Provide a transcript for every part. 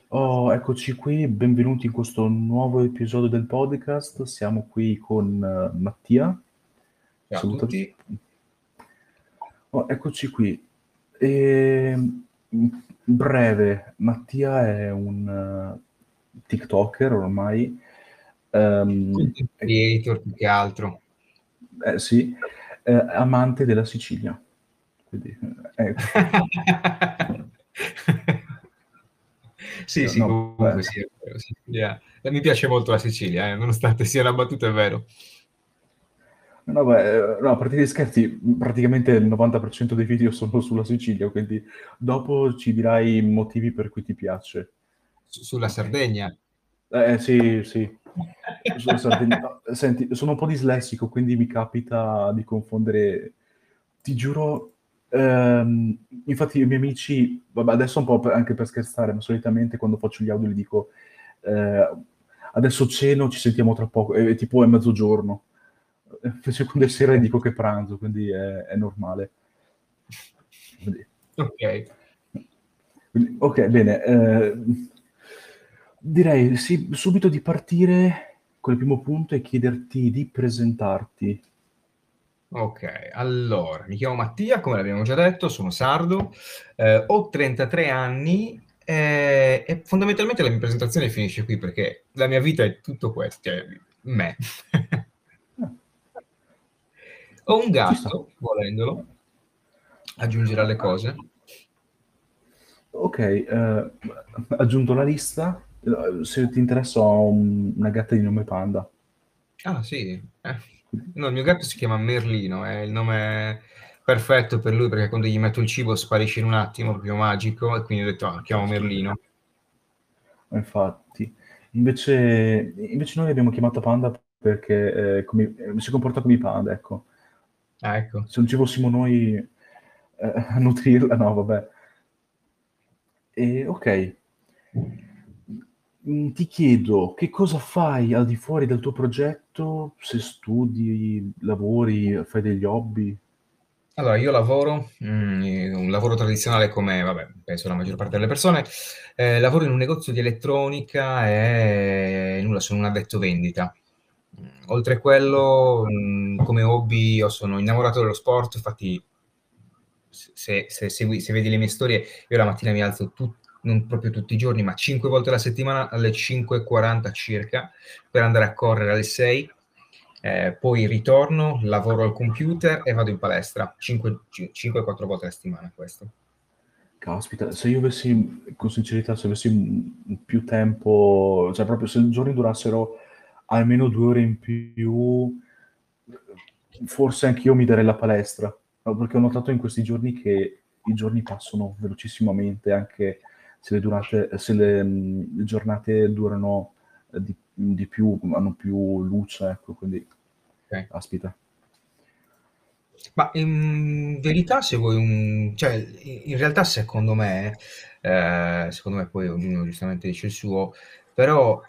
Oh, eccoci qui, benvenuti in questo nuovo episodio del podcast. Siamo qui con Mattia. Ciao a Saluta. tutti. Oh, eccoci qui. Breve, Mattia è un TikToker ormai. Content E- creator più che altro. sì, amante della Sicilia. Quindi, Sì, sì, no, comunque sì, è vero, Sicilia. Mi piace molto la Sicilia, nonostante sia una battuta, è vero. no, beh, no, a parte gli scherzi, praticamente il 90% dei video sono sulla Sicilia, quindi dopo ci dirai i motivi per cui ti piace. Sulla Sardegna. Sì, sì. Sulla Sardegna. No, senti, sono un po' dislessico, quindi mi capita di confondere. Ti giuro, infatti i miei amici, vabbè, adesso un po' anche per scherzare, ma solitamente quando faccio gli audio gli dico, eh, adesso ceno, ci sentiamo tra poco, e tipo è mezzogiorno. Invece quando è sera dico che pranzo, quindi è normale. Quindi- Ok. Ok, bene. Direi sì, subito di partire col primo punto e chiederti di presentarti. Ok, allora, mi chiamo Mattia, come l'abbiamo già detto, sono sardo, ho 33 anni e fondamentalmente la mia presentazione finisce qui perché la mia vita è tutto questo, cioè me. Ah, Ho un ci sta. gatto, volendolo, aggiungere alle cose. Ok, aggiunto la lista. Se ti interessa, ho una gatta di nome Panda. Ah, sì. No, il mio gatto si chiama Merlino, è il nome perfetto per lui perché quando gli metto il cibo sparisce in un attimo, proprio magico, e quindi ho detto, ah, lo chiamo Caspita. Merlino. Infatti. Invece noi abbiamo chiamato Panda perché si comporta come i panda, ecco. Ah, ecco. Se non ci fossimo noi a nutrirla, no, vabbè. Ok. Ti chiedo che cosa fai al di fuori del tuo progetto, se studi, lavori, fai degli hobby. Allora, io lavoro, un lavoro tradizionale come, vabbè, penso la maggior parte delle persone, lavoro in un negozio di elettronica e nulla, sono un addetto vendita. Oltre a quello, come hobby, io sono innamorato dello sport, infatti se vedi le mie storie, io la mattina mi alzo non proprio tutti i giorni, ma 5 volte alla settimana alle 5:40 circa per andare a correre alle 6. Poi ritorno, lavoro al computer e vado in palestra 5-4 volte alla settimana. Questo. Caspita, se io avessi, con sincerità, se avessi più tempo, cioè proprio se i giorni durassero almeno 2 ore in più, forse anch'io mi darei la palestra, no? Perché ho notato in questi giorni che i giorni passano velocissimamente, anche se le giornate durano di più, hanno più luce, ecco, quindi, Ok. aspita. Ma in verità, se vuoi cioè, in realtà, secondo me, poi ognuno giustamente dice il suo, però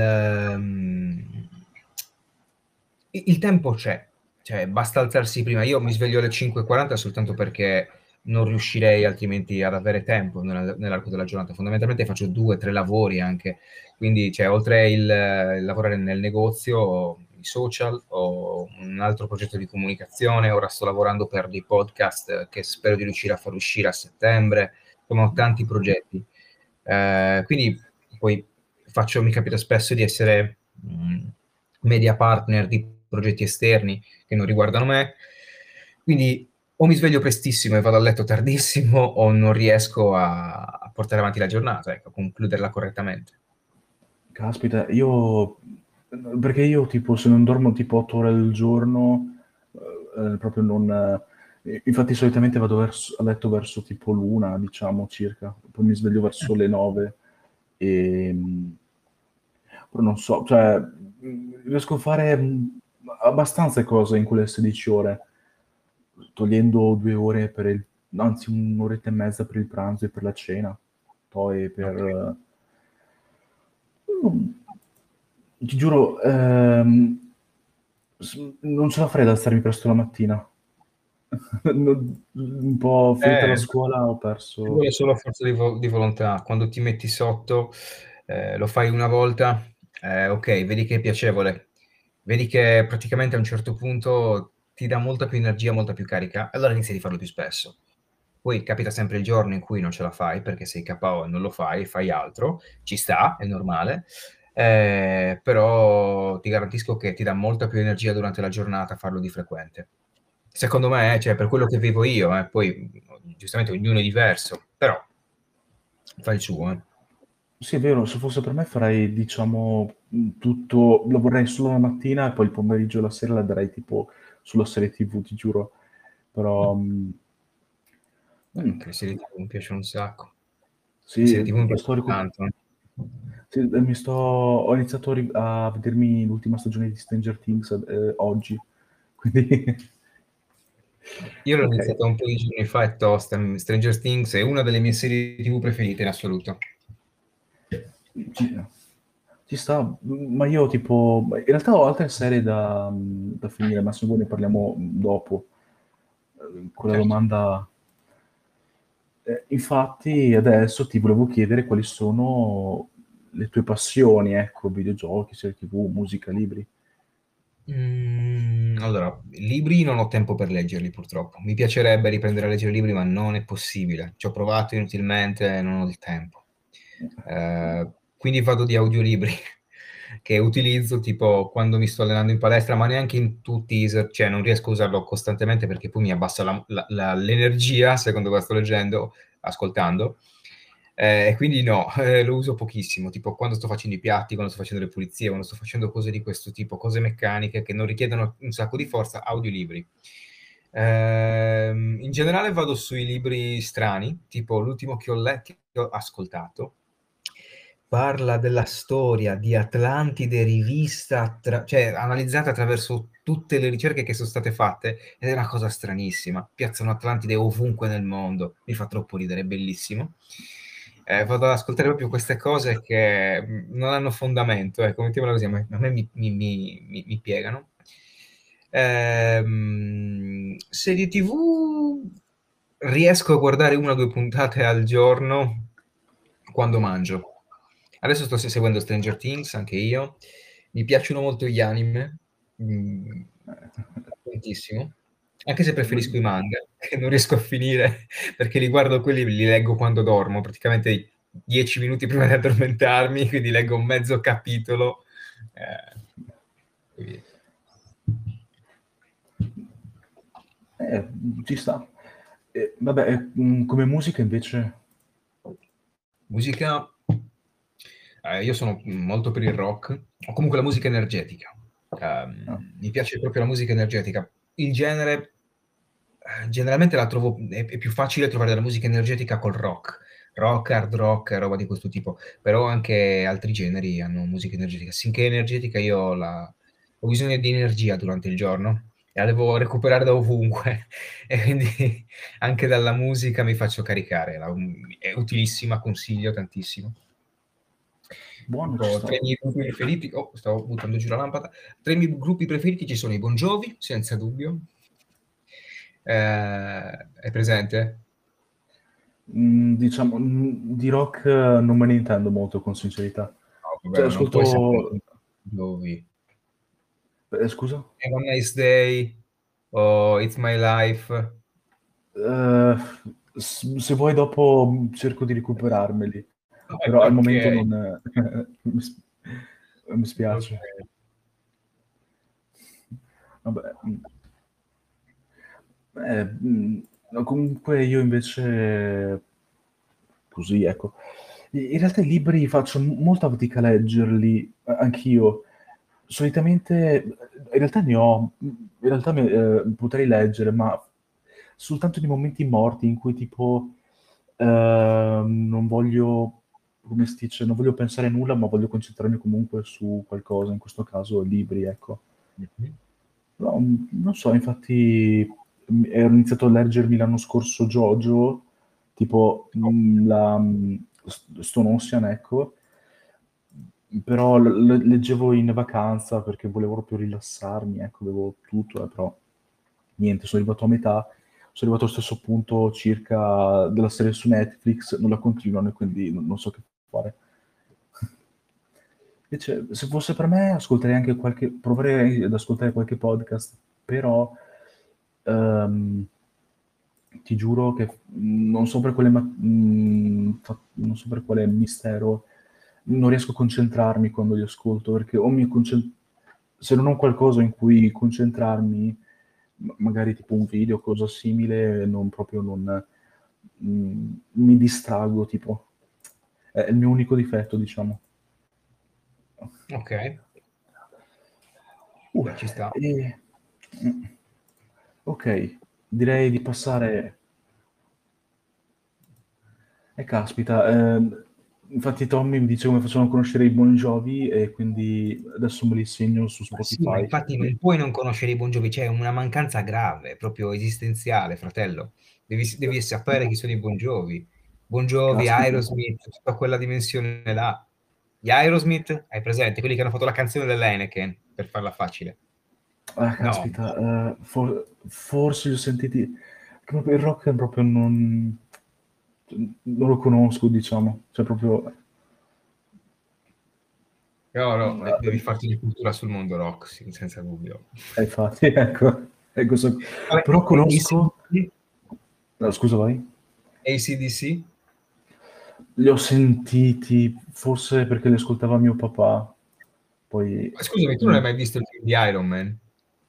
il tempo c'è, cioè basta alzarsi prima. Io mi sveglio alle 5:40 soltanto perché non riuscirei altrimenti ad avere tempo nell'arco della giornata. Fondamentalmente faccio 2 o 3 lavori anche, quindi cioè, oltre il lavorare nel negozio, ho i social, ho un altro progetto di comunicazione, ora sto lavorando per dei podcast che spero di riuscire a far uscire a settembre, insomma ho tanti progetti. Quindi poi mi capita spesso di essere media partner di progetti esterni che non riguardano me, quindi o mi sveglio prestissimo e vado a letto tardissimo o non riesco a portare avanti la giornata, ecco, a concluderla correttamente. Caspita, perché io tipo se non dormo tipo 8 ore al giorno, proprio non. Infatti solitamente vado a letto verso tipo l'una, diciamo, circa, poi mi sveglio verso le 9 e però non so, cioè riesco a fare abbastanza cose in quelle 16 ore, togliendo 2 ore anzi un'oretta e mezza per il pranzo e per la cena, poi per. Okay. Ti giuro, non ce la farei ad alzarmi presto la mattina. Un po' finita la Eh, scuola ho Ci perso... vuole solo forza di volontà. Quando ti metti sotto, lo fai una volta, ok, vedi che è piacevole, vedi che praticamente a un certo punto ti dà molta più energia, molta più carica, allora inizi a farlo più spesso. Poi capita sempre il giorno in cui non ce la fai perché sei KO e non lo fai, fai altro, ci sta, è normale, però ti garantisco che ti dà molta più energia durante la giornata farlo di frequente. Secondo me, cioè, per quello che vivo io, poi giustamente ognuno è diverso, però fa il suo. Sì, è vero, se fosse per me farei, diciamo, tutto, lo vorrei solo la mattina e poi il pomeriggio e la sera la darei tipo sulla serie TV, ti giuro. Però, Anche le serie TV mi piacciono un sacco. Le serie sì, TV mi sto piacciono recu- tanto. sì, ho iniziato a vedermi l'ultima stagione di Stranger Things oggi, quindi... Io l'ho Ok, iniziato un po' di giorni fa e tosta. Stranger Things è una delle mie serie TV preferite in assoluto. ci, ci sta, ma io tipo... In realtà ho altre serie da finire, ma se vuoi ne parliamo dopo. Quella Certo. domanda... infatti adesso ti volevo chiedere quali sono le tue passioni, ecco, videogiochi, serie TV, musica, libri. Allora, libri non ho tempo per leggerli purtroppo. Mi piacerebbe riprendere a leggere libri, ma non è possibile. Ci ho provato inutilmente, non ho il tempo. Quindi vado di audiolibri che utilizzo tipo quando mi sto allenando in palestra, ma neanche in tutti, cioè non riesco a usarlo costantemente perché poi mi abbassa l'energia secondo cosa sto leggendo, ascoltando. E quindi no, lo uso pochissimo, tipo quando sto facendo i piatti, quando sto facendo le pulizie, quando sto facendo cose di questo tipo, cose meccaniche che non richiedono un sacco di forza, audiolibri. In generale vado sui libri strani, tipo l'ultimo che ho letto, che ho ascoltato, parla della storia di Atlantide rivista, cioè analizzata attraverso tutte le ricerche che sono state fatte, ed è una cosa stranissima. Piazzano Atlantide ovunque nel mondo, mi fa troppo ridere, è bellissimo. Vado ad ascoltare proprio queste cose che non hanno fondamento, ecco, mettiamola così, a me mi piegano. Serie TV riesco a guardare una o due puntate al giorno quando mangio. Adesso sto seguendo Stranger Things, anche io. Mi piacciono molto gli anime, mm, tantissimo. Anche se preferisco i manga, che non riesco a finire, perché li guardo quelli, li leggo quando dormo, praticamente 10 minuti prima di addormentarmi, quindi leggo un mezzo capitolo. Quindi- Eh, ci sta. Vabbè, come musica invece... Musica, io sono molto per il rock, o comunque la musica energetica. Ah, Mi piace proprio la musica energetica. Il genere, generalmente la trovo, è più facile trovare della musica energetica col rock. Rock, hard rock, roba di questo tipo. Però anche altri generi hanno musica energetica. Finché è energetica ho bisogno di energia durante il giorno e la devo recuperare da ovunque. E quindi anche dalla musica mi faccio caricare. È utilissima, consiglio tantissimo. buono, ci Tipo, tra sta. i miei gruppi preferiti, oh, stavo buttando giù la lampada. Tra i miei gruppi preferiti ci sono i Bon Jovi, senza dubbio. È presente? Diciamo, di rock non me ne intendo molto, con sincerità. No, vabbè, Cioè, ma non puoi sapere ascolto... Jovi. Scusa? Have a Nice Day o It's My Life. Eh, se vuoi dopo cerco di recuperarmeli, però al Ok. momento non... mi Ok. spiace. Vabbè. No, comunque io invece... Così, ecco. In realtà i libri faccio molta fatica a leggerli, anch'io. Solitamente, in realtà ne ho, in realtà potrei leggere, ma soltanto nei momenti morti in cui tipo non voglio, come si dice, non voglio pensare a nulla, ma voglio concentrarmi comunque su qualcosa, in questo caso libri, ecco. Mhm. No, non so, infatti ero iniziato a leggermi l'anno scorso JoJo, tipo Stone Ocean, ecco, però leggevo in vacanza perché volevo proprio rilassarmi, ecco, avevo tutto, però niente, sono arrivato a metà sono arrivato allo stesso punto circa della serie su Netflix, non la continuano e quindi non so che fare. Invece, se fosse per me, ascolterei anche proverei ad ascoltare qualche podcast, però ti giuro che non so per non so per quale mistero, non riesco a concentrarmi quando li ascolto, perché se non ho qualcosa in cui concentrarmi, magari tipo un video o cosa simile, mi distraggo, tipo. È il mio unico difetto, diciamo. Ok, Uh, beh, ci sta. e- ok, direi di passare. Caspita, infatti Tommy mi dice come facciamo a conoscere i Bon Jovi e quindi adesso me li segno su Ma sì, ma Spotify. infatti non puoi non conoscere i Bon Jovi, c'è una mancanza grave, proprio esistenziale, fratello. Devi sapere chi sono i Bon Jovi. Bon Jovi, Caspita. Aerosmith, tutta quella dimensione là. Gli Aerosmith, hai presente? Quelli che hanno fatto la canzone dell'Heineken, per farla facile. No, Caspita, forse li ho sentiti. Proprio il rock proprio non lo conosco, diciamo. Cioè proprio. no, no, devi eh, farti di cultura sul mondo rock, sì, senza dubbio. Infatti, ecco, Vabbè, però conosco. AC/DC? No, scusa, vai. AC/DC? Li ho sentiti, forse perché li ascoltava mio papà. Poi. Ma scusami, tu non hai mai visto il film di Iron Man?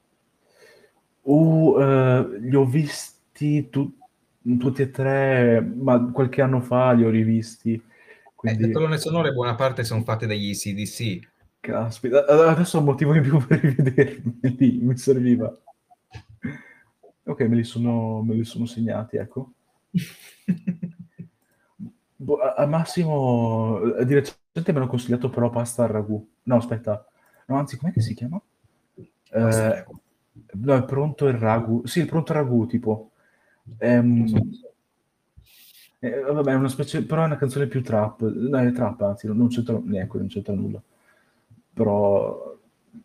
Li ho visti tutti e tre, ma qualche anno fa li ho rivisti, Le quindi colonne sonore buona parte sono fatte dagli AC/DC. caspita, adesso ho un motivo in più per rivederli, mi serviva. Ok, me li sono segnati, ecco. Boh, al massimo, di recente mi hanno consigliato però pasta al ragù. No, aspetta, no, anzi, com'è che si chiama? Basta il Eh, ragù. no, è pronto il ragù. Sì, il pronto ragù, tipo. Non so. Vabbè, è una specie, però è una canzone più trap. No, è trap, anzi, non c'entra neanche, non c'entra nulla. Però,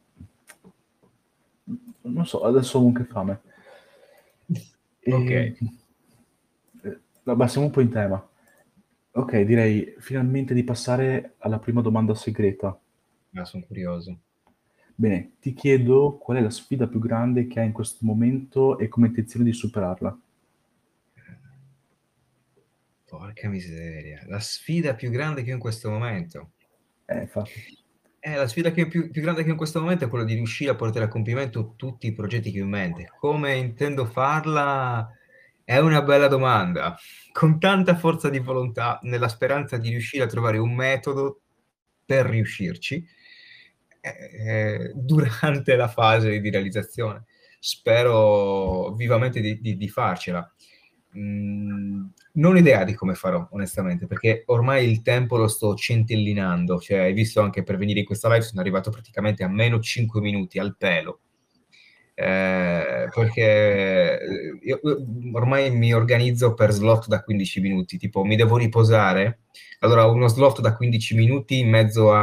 non so, adesso ho comunque fame. Ok, E, vabbè, siamo un po' in tema. Ok, direi finalmente di passare alla prima domanda segreta. sono curioso. Bene, ti chiedo qual è la sfida più grande che hai in questo momento e come hai intenzione di superarla. Porca miseria, la sfida più grande che ho in questo momento. Infatti. La sfida più grande che ho in questo momento è quella di riuscire a portare a compimento tutti i progetti che ho in mente. Come intendo farla? È una bella domanda. Con tanta forza di volontà, nella speranza di riuscire a trovare un metodo per riuscirci durante la fase di realizzazione. Spero vivamente di farcela. Non ho idea di come farò, onestamente, perché ormai il tempo lo sto centellinando. Cioè, hai visto anche per venire in questa live, sono arrivato praticamente a meno 5 minuti al pelo. Perché io ormai mi organizzo per slot da 15 minuti, tipo mi devo riposare, allora ho uno slot da 15 minuti in mezzo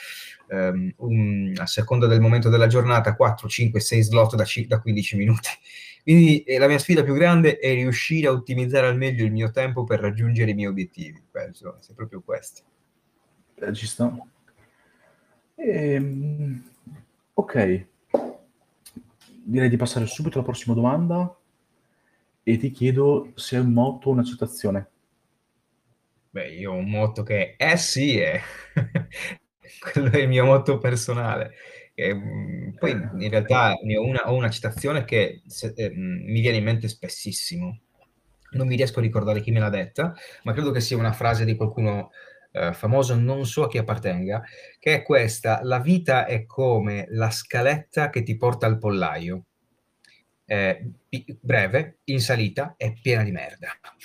a seconda del momento della giornata, 4, 5, 6 slot da 15 minuti. Quindi la mia sfida più grande è riuscire a ottimizzare al meglio il mio tempo per raggiungere i miei obiettivi. Penso sia proprio questo. Ci sta. Ok, direi di passare subito alla prossima domanda e ti chiedo se è un motto o una citazione. Beh, io ho un motto che sì, quello è il mio motto personale. Poi in realtà ne ho una citazione che mi viene in mente spessissimo. Non mi riesco a ricordare chi me l'ha detta, ma credo che sia una frase di qualcuno famoso, non so a chi appartenga, che è questa: la vita è come la scaletta che ti porta al pollaio. Breve, in salita, è piena di merda.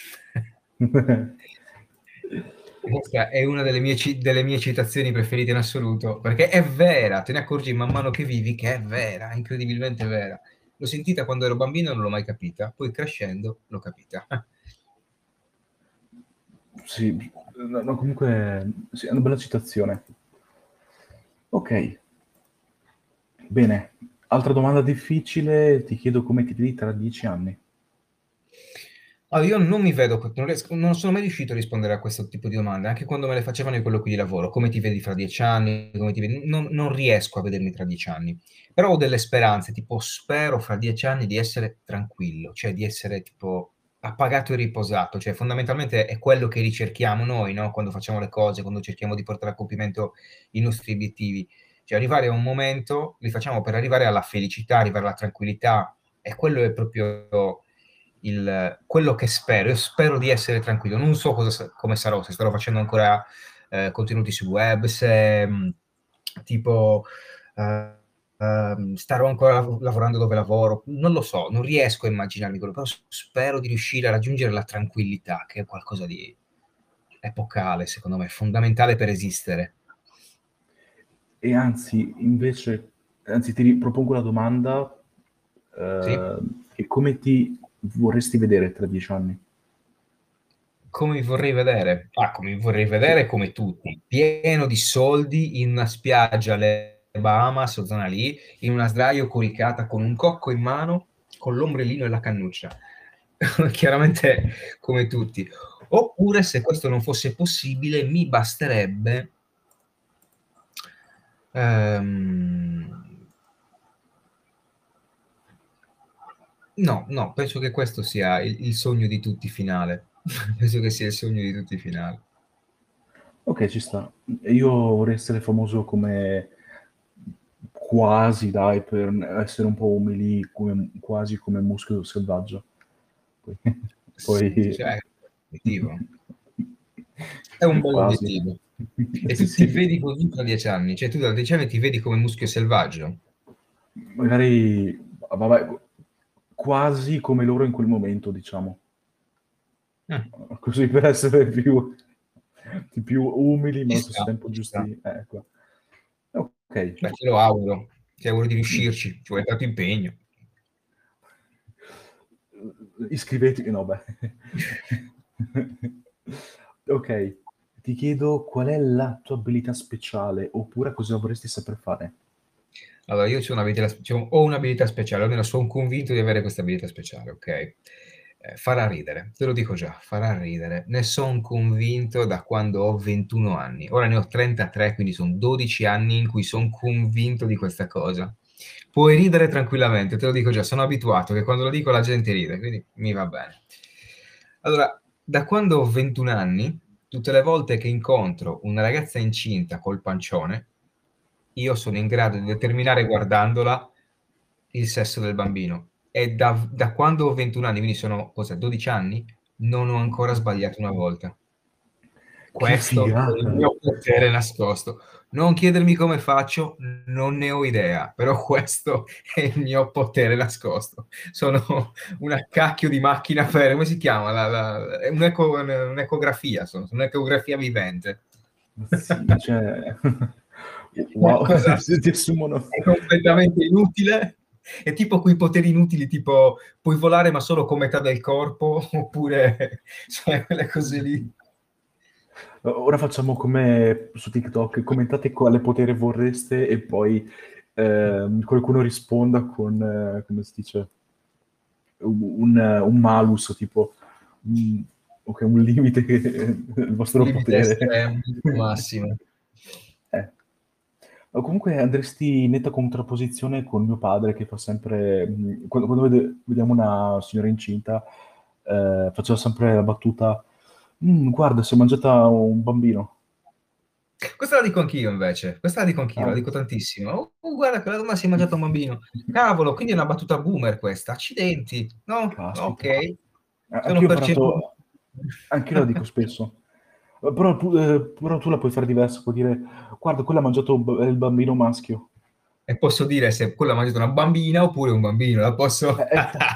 Questa è una delle mie citazioni preferite in assoluto, perché è vera, te ne accorgi man mano che vivi che è vera, è incredibilmente vera. L'ho sentita quando ero bambino e non l'ho mai capita, poi crescendo l'ho capita. Sì, no, no, comunque sì, è una bella citazione. Ok, bene. Altra domanda difficile, ti chiedo come ti vedi tra 10 anni. Allora, io non mi vedo, non sono mai riuscito a rispondere a questo tipo di domande, anche quando me le facevano i colloqui di lavoro. Come ti vedi fra 10 anni? Come ti vedi? Non riesco a vedermi tra 10 anni, però ho delle speranze, tipo spero fra 10 anni di essere tranquillo, cioè di essere tipo appagato e riposato, cioè fondamentalmente è quello che ricerchiamo noi, no? Quando facciamo le cose, quando cerchiamo di portare a compimento i nostri obiettivi, cioè arrivare a un momento, li facciamo per arrivare alla felicità, arrivare alla tranquillità, e quello è proprio quello che spero. Io spero di essere tranquillo, non so come sarò, se starò facendo ancora contenuti sul web, se tipo starò ancora lavorando dove lavoro, non lo so, non riesco a immaginarmi quello, però spero di riuscire a raggiungere la tranquillità, che è qualcosa di epocale, secondo me, fondamentale per esistere. E anzi, invece, anzi, ti propongo la domanda, Sì? che come ti vorresti vedere tra 10 anni? Come mi vorrei vedere? Ah, come mi vorrei Sì. vedere come tutti, pieno di soldi in una spiaggia alle Bahamas o zona lì, in una sdraio coricata con un cocco in mano, con l'ombrellino e la cannuccia. Chiaramente come tutti. Oppure, se questo non fosse possibile, mi basterebbe no, penso che questo sia il sogno di tutti finale. Penso che sia il sogno di tutti finale. Ok, ci sta. Io vorrei essere famoso come quasi, dai, per essere un po' umili, quasi come Muschio Selvaggio. Poi, poi Cioè, obiettivo. È un bel quasi. obiettivo. E tu ti Sì, vedi così tra 10 anni? Cioè tu tra 10 anni ti vedi come Muschio Selvaggio? magari, vabbè, quasi come loro in quel momento, diciamo. Ah, Così per essere più umili, ma ci allo sta, stesso tempo ci sta. giusti. Ecco. Ok. Beh, te lo auguro. Ti auguro di riuscirci. Ci vuole tanto impegno. Iscrivetevi, no, beh. Ok, ti chiedo qual è la tua abilità speciale, oppure cosa vorresti saper fare? Allora, io ho un'abilità speciale, almeno sono convinto di avere questa abilità speciale, ok? Farà ridere, te lo dico già, farà ridere. Ne sono convinto da quando ho 21 anni. Ora ne ho 33, quindi sono 12 anni in cui sono convinto di questa cosa. Puoi ridere tranquillamente, te lo dico già, sono abituato che quando lo dico la gente ride, quindi mi va bene. Allora, da quando ho 21 anni, tutte le volte che incontro una ragazza incinta col pancione, io sono in grado di determinare guardandola il sesso del bambino. E da quando ho 21 anni, quindi sono cosa, 12 anni, non ho ancora sbagliato una volta. Che Questo è il figata! mio potere nascosto. Non chiedermi come faccio, non ne ho idea, però questo è il mio potere nascosto. Sono una cacchio di macchina per, come si chiama? È un'ecografia, sono un'ecografia vivente. Sì, cioè... Una Wow, cosa se ti assumono... è completamente inutile. È tipo quei poteri inutili, tipo puoi volare ma solo con metà del corpo, oppure cioè, quelle cose lì. Ora facciamo come su TikTok, commentate quale potere vorreste e poi qualcuno risponda con, come si dice, un malus, tipo, un, ok, un limite del Un vostro limite potere. estremo, un limite massimo. Eh. Ma comunque andresti in netta contrapposizione con mio padre che fa sempre, quando vediamo una signora incinta, faceva sempre la battuta, guarda, si è mangiata un bambino. Questa la dico anch'io invece, questa la dico anch'io, la Ah, dico tantissimo. Guarda, quella donna si è mangiata un bambino. Cavolo, quindi è una battuta boomer questa. Accidenti. No, caspita. ok. Sono Anch'io ho percepito. parlato, anch'io la dico spesso. Però tu la puoi fare diversa, puoi dire, guarda, quello ha mangiato il bambino maschio. E posso dire se quella ha mangiato una bambina oppure un bambino, la posso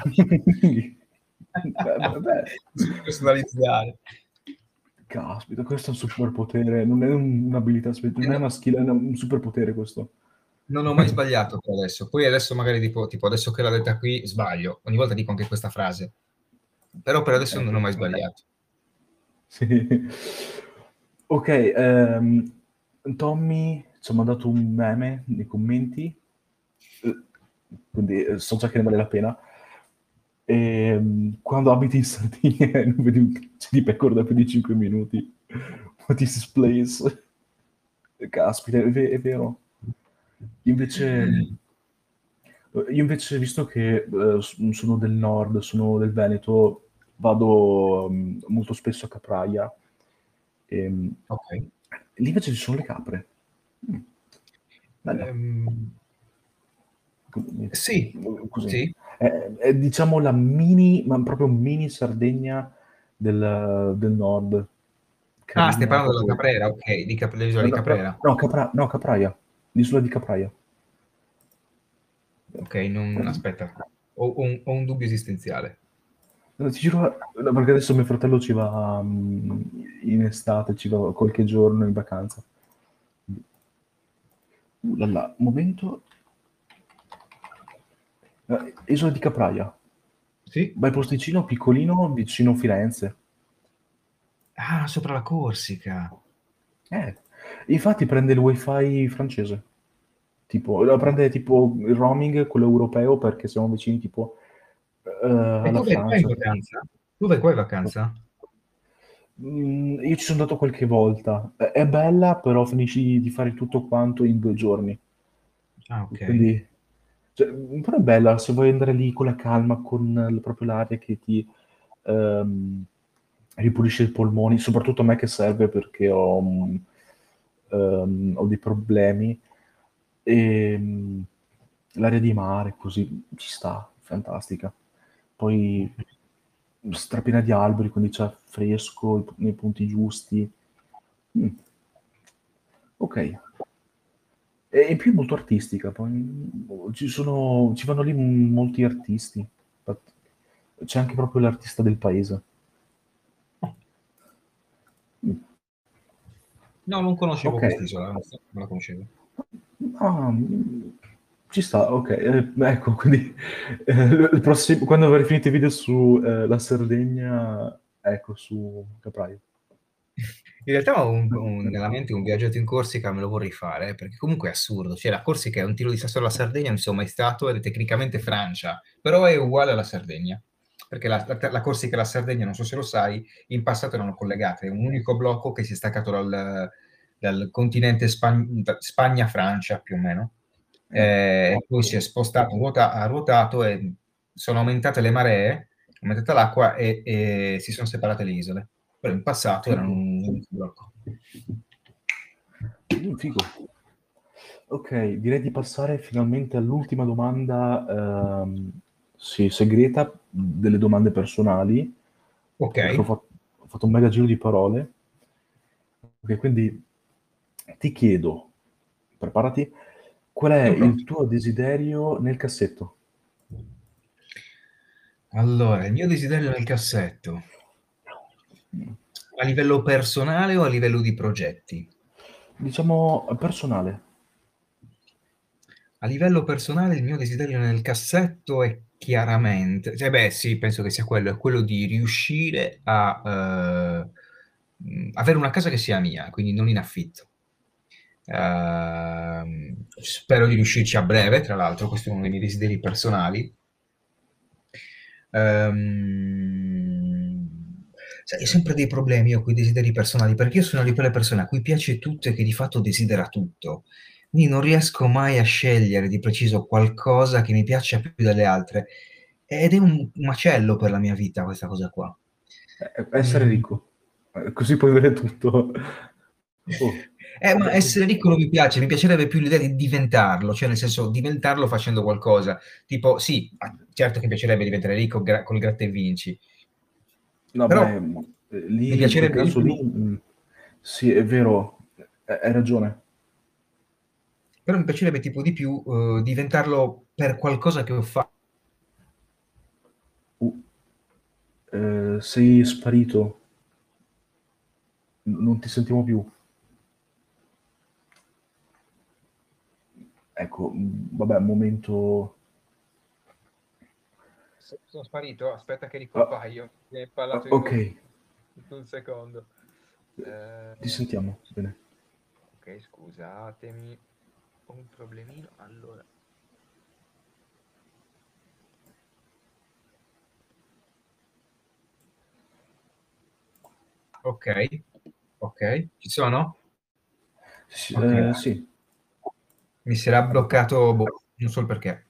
Beh, personalizzare. caspita, questo è un superpotere, non è un'abilità non è una skill, è un superpotere questo. Non ho mai sbagliato per adesso. Poi adesso magari tipo adesso che l'ha detta qui sbaglio. Ogni volta dico anche questa frase. Però per adesso non ho mai sbagliato. Sì. Ok, Tommy ci ha mandato un meme nei commenti, quindi so già che ne vale la pena. Quando abiti in Sardegna e non vedi un cazzo di pecora da più di 5 minuti, what is this place? Caspita, è vero. Invece, io invece, visto che sono del nord, sono del Veneto, vado molto spesso a Capraia. Ehm, Ok. Lì invece ci sono le capre. Mm, bella. Ehm, sì, Così. sì. È, diciamo la mini, ma proprio mini Sardegna del nord. Ah, stai Carina parlando della proprio. Caprera, ok, dell'isola No, di no, no, Caprera. no, no, Capraia. L'isola di Capraia. Ok, non aspetta, ho un dubbio esistenziale. No, ti giuro, no, perché adesso mio fratello ci va in estate, ci va qualche giorno in vacanza. Là, là, momento. Isola di Capraia. Sì? Bel posticino piccolino vicino Firenze. Ah, sopra la Corsica. Eh, infatti prende il wifi francese. Tipo, prende tipo il roaming, quello europeo, perché siamo vicini tipo E alla tu vai qua in Francia. vacanza? Tu vai qua in vacanza? Io ci sono andato qualche volta. È bella, però finisci di fare tutto quanto in 2 giorni. Ah, ok. Quindi, cioè, però è bella se vuoi andare lì con la calma, con proprio l'aria che ti ehm, ripulisce i polmoni, soprattutto a me che serve perché ho dei problemi. E, l'aria di mare, così ci sta, fantastica. Poi strapiena di alberi, quindi c'è fresco nei punti giusti. Mm, ok. E in più è molto artistica, poi ci vanno lì molti artisti. Infatti, c'è anche proprio l'artista del paese. Mm, No, non conoscevo ok. quest'isola, non la conoscevo. Ah, ci sta, ok. Ecco, quindi quando avrei finito i video su la Sardegna, ecco, su Capraia. In realtà nella mente un viaggetto in Corsica me lo vorrei fare, perché comunque è assurdo. Cioè, la Corsica è un tiro di sasso alla Sardegna, non ci sono mai stato, ed è tecnicamente Francia, però è uguale alla Sardegna. Perché la Corsica e la Sardegna, non so se lo sai, in passato erano collegate, è un unico blocco che si è staccato dal continente Spagna-Francia, più o meno. E poi si è spostato, ha ruotato e sono aumentate le maree, è aumentata l'acqua e si sono separate le isole. Però in passato erano Figo. un unico blocco. Figo. Ok, direi di passare finalmente all'ultima domanda, sì, segreta, delle domande personali, Ok, perché ho fatto un mega giro di parole. Ok, quindi ti chiedo, preparati, qual è sono il pronto. tuo desiderio nel cassetto? Allora, il mio desiderio nel cassetto, a livello personale o a livello di progetti? Diciamo personale. A livello personale, il mio desiderio nel cassetto è chiaramente, cioè beh, sì, penso che sia quello, è quello di riuscire a avere una casa che sia mia, quindi non in affitto. Spero di riuscirci a breve, tra l'altro, questo è uno dei miei desideri personali. Ehm, Sai, ho sempre dei problemi io con i desideri personali, perché io sono di quelle persone a cui piace tutto e che di fatto desidera tutto. Quindi non riesco mai a scegliere di preciso qualcosa che mi piaccia più delle altre. Ed è un macello per la mia vita questa cosa qua. Essere Mm. ricco. Così puoi avere tutto. Oh, Ma essere ricco non mi piace, mi piacerebbe più l'idea di diventarlo, cioè nel senso diventarlo facendo qualcosa. Tipo, sì, certo che mi piacerebbe diventare ricco col gratta e vinci, no, però beh, mi lì, in quel piacerebbe di caso lì, più, sì, è vero, hai ragione. però mi piacerebbe tipo di più diventarlo per qualcosa che ho fatto. Uh, sei sparito, non ti sentiamo più. Ecco, vabbè, un momento. Sono sparito, aspetta che Ah, ricompaio. Mi hai parlato di ok, nuovo un secondo. ti Eh, sentiamo. Bene. ok, scusatemi, ho un problemino. Allora, Ok, ok, ci sono? Sì, Ok, sì. mi si era bloccato, boh, non so il perché.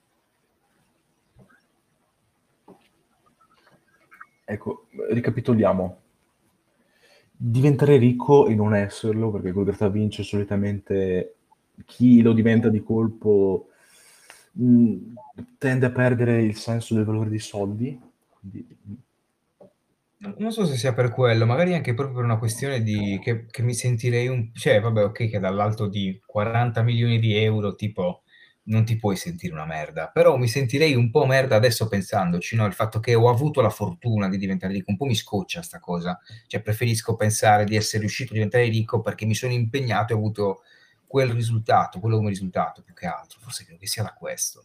Ecco, ricapitoliamo. Diventare ricco e non esserlo, perché col gratta vince solitamente chi lo diventa di colpo mh, tende a perdere il senso del valore dei soldi. Quindi, Non so se sia per quello, magari anche proprio per una questione di che mi sentirei un... Cioè, vabbè, ok, che dall'alto di 40 milioni di euro, tipo, non ti puoi sentire una merda, però mi sentirei un po' merda adesso pensandoci, no? Il fatto che ho avuto la fortuna di diventare ricco, un po' mi scoccia sta cosa. Cioè, preferisco pensare di essere riuscito a diventare ricco perché mi sono impegnato e ho avuto quel risultato, quello come risultato, più che altro. Forse credo che sia da questo.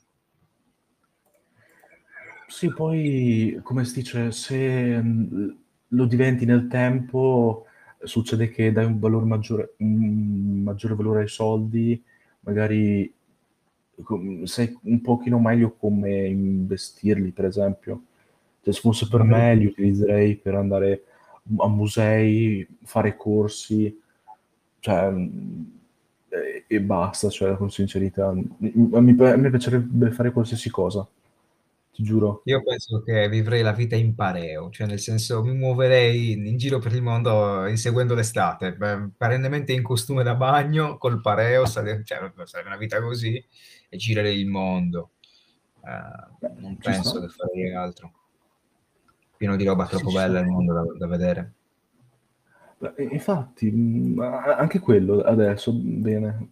sì, poi, come si dice, se lo diventi nel tempo, succede che dai un maggiore valore ai soldi, magari sai un pochino meglio come investirli, per esempio. Cioè, se fosse per Magari me, li utilizzerei per andare a musei, fare corsi, cioè, e basta, cioè, con sincerità. A me piacerebbe fare qualsiasi cosa, ti giuro. io penso che vivrei la vita in pareo, cioè nel senso mi muoverei in giro per il mondo inseguendo l'estate, perennemente in costume da bagno, col pareo, sarebbe una vita così e girerei il mondo. Non Ci sta? penso che farei altro. Pieno di roba Sì, troppo ci bella sta. il mondo da vedere. Beh, infatti, anche quello adesso, bene.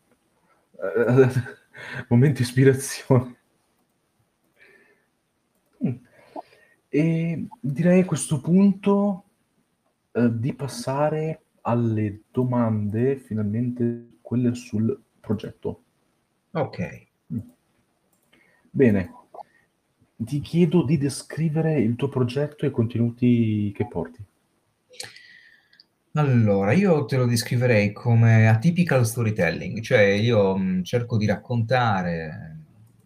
Momento ispirazione. Mm. E direi a questo punto di passare alle domande, finalmente quelle sul progetto. Ok. Mm. Bene, ti chiedo di descrivere il tuo progetto e i contenuti che porti. Allora, io te lo descriverei come atypical storytelling, cioè io cerco di raccontare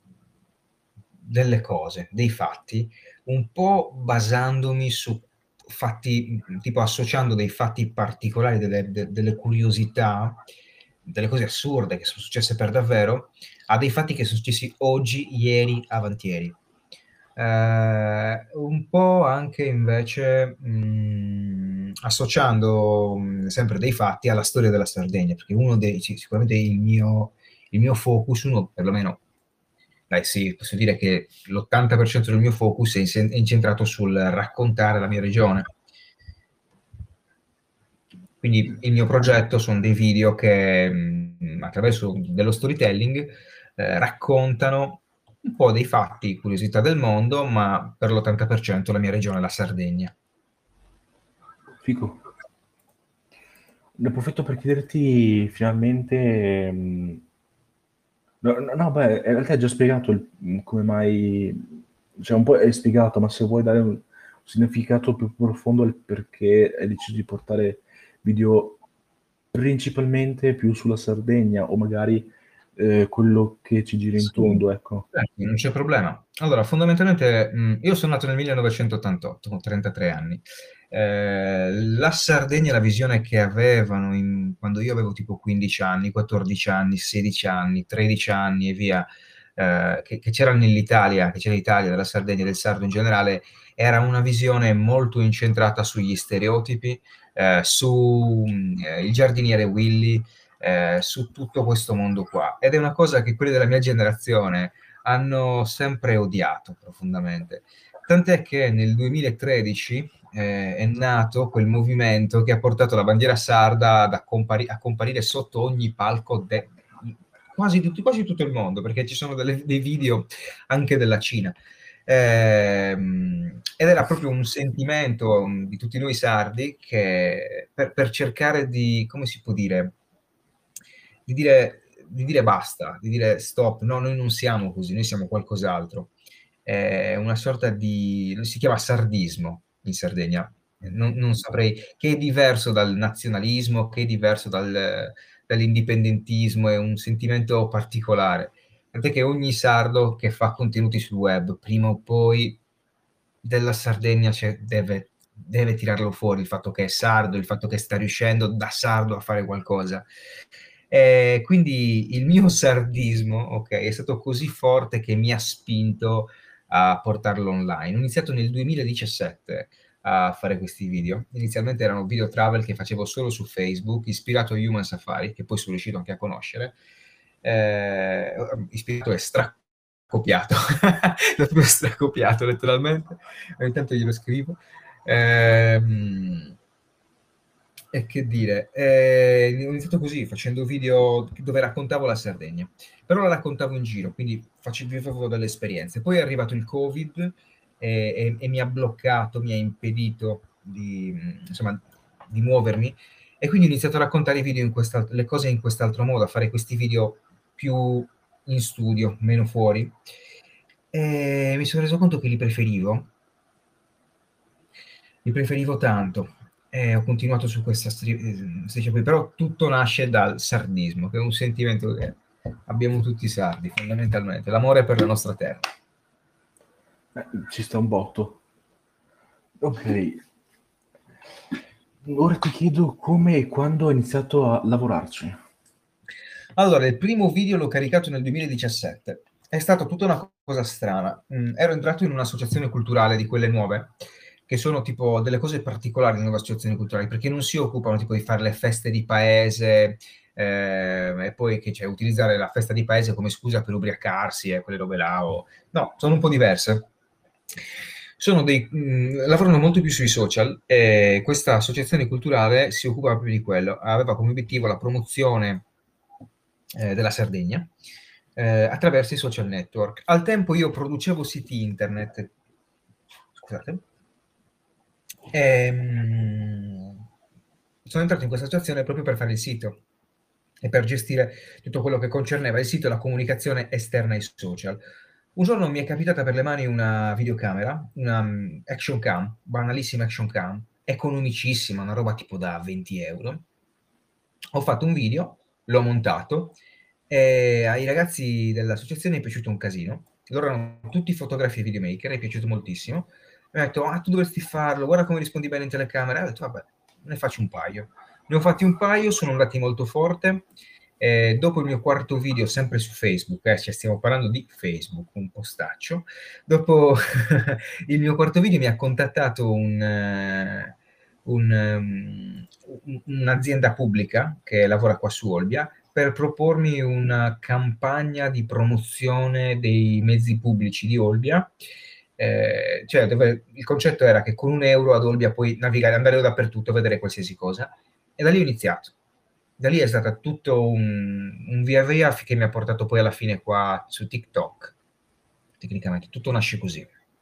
delle cose, dei fatti, un po' basandomi su fatti, tipo associando dei fatti particolari, delle curiosità, delle cose assurde che sono successe per davvero, a dei fatti che sono successi oggi, ieri, avantieri. Un po' anche invece associando sempre dei fatti alla storia della Sardegna, perché sicuramente il mio focus, uno perlomeno, dai sì, posso dire che l'80% del mio focus è incentrato sul raccontare la mia regione. Quindi il mio progetto sono dei video che attraverso dello storytelling raccontano un po' dei fatti, curiosità del mondo, ma per l'80% la mia regione è la Sardegna. Fico. Ne approfitto per chiederti finalmente... no, beh, in realtà hai già spiegato come mai... Cioè, un po' hai spiegato, ma se vuoi dare un significato più profondo al perché hai deciso di portare video principalmente più sulla Sardegna o magari quello che ci gira in Sì, tondo, ecco. non c'è problema. Allora, fondamentalmente, io sono nato nel 1988, ho 33 anni. La Sardegna, la visione che avevano quando io avevo tipo 15 anni, 14 anni, 16 anni, 13 anni e via, che c'era nell'Italia, che c'era l'Italia, della Sardegna e del sardo in generale, era una visione molto incentrata sugli stereotipi, su il giardiniere Willy, su tutto questo mondo qua. Ed è una cosa che quelli della mia generazione hanno sempre odiato profondamente. Tant'è che nel 2013 è nato quel movimento che ha portato la bandiera sarda a comparire sotto ogni palco quasi tutto il mondo, perché ci sono dei video anche della Cina. Ed era proprio un sentimento di tutti noi sardi che per cercare di, come si può dire, di dire basta, di dire stop, no, noi non siamo così, noi siamo qualcos'altro. È una sorta di, si chiama sardismo in Sardegna, non saprei, che è diverso dal nazionalismo, che è diverso dall'indipendentismo, è un sentimento particolare. Tant'è che ogni sardo che fa contenuti sul web, prima o poi della Sardegna deve tirarlo fuori il fatto che è sardo, il fatto che sta riuscendo da sardo a fare qualcosa. Quindi il mio sardismo, ok, è stato così forte che mi ha spinto a portarlo online. Ho iniziato nel 2017 a fare questi video. Inizialmente erano video travel che facevo solo su Facebook, ispirato a Human Safari, che poi sono riuscito anche a conoscere. Ispirato e stracopiato, l'ho proprio stracopiato letteralmente. Ogni tanto glielo scrivo. E che dire, ho iniziato così, facendo video dove raccontavo la Sardegna, però la raccontavo in giro, quindi vivevo delle esperienze. Poi è arrivato il Covid e mi ha bloccato, mi ha impedito insomma, di muovermi, e quindi ho iniziato a raccontare i video le cose in quest'altro modo, a fare questi video più in studio, meno fuori. E mi sono reso conto che li preferivo tanto. E ho continuato su questa striscia qui, però tutto nasce dal sardismo, che è un sentimento che abbiamo tutti i sardi, fondamentalmente, l'amore per la nostra terra. Ci sta un botto. Ok. Ora ti chiedo come e quando hai iniziato a lavorarci. Allora, il primo video l'ho caricato nel 2017. È stata tutta una cosa strana. Ero entrato in un'associazione culturale di quelle nuove, che sono tipo delle cose particolari le nuove associazioni culturali, perché non si occupano tipo di fare le feste di paese, e poi che c'è utilizzare la festa di paese come scusa per ubriacarsi e quelle robe là. No, sono un po' diverse. Lavorano molto più sui social, e questa associazione culturale si occupa proprio di quello. Aveva come obiettivo la promozione della Sardegna attraverso i social network. Al tempo io producevo siti internet, scusate, sono entrato in questa associazione proprio per fare il sito e per gestire tutto quello che concerneva il sito e la comunicazione esterna ai social. Un giorno mi è capitata per le mani una videocamera, una action cam, banalissima action cam, economicissima, una roba tipo da 20 euro. Ho fatto un video, l'ho montato, e ai ragazzi dell'associazione è piaciuto un casino. Loro erano tutti fotografi e videomaker, è piaciuto moltissimo. Mi ha detto, tu dovresti farlo, guarda come rispondi bene in telecamera. E ho detto, vabbè, ne faccio un paio. Ne ho fatti un paio, sono andati molto forte. Dopo il mio quarto video, sempre su Facebook, cioè stiamo parlando di Facebook, un postaccio. Dopo il mio quarto video mi ha contattato un'azienda pubblica che lavora qua su Olbia per propormi una campagna di promozione dei mezzi pubblici di Olbia. Cioè dove il concetto era che con 1 euro ad Olbia puoi navigare, andare dappertutto, vedere qualsiasi cosa, e da lì ho iniziato. Da lì è stato tutto un via via che mi ha portato poi alla fine qua su TikTok. Tecnicamente tutto nasce così.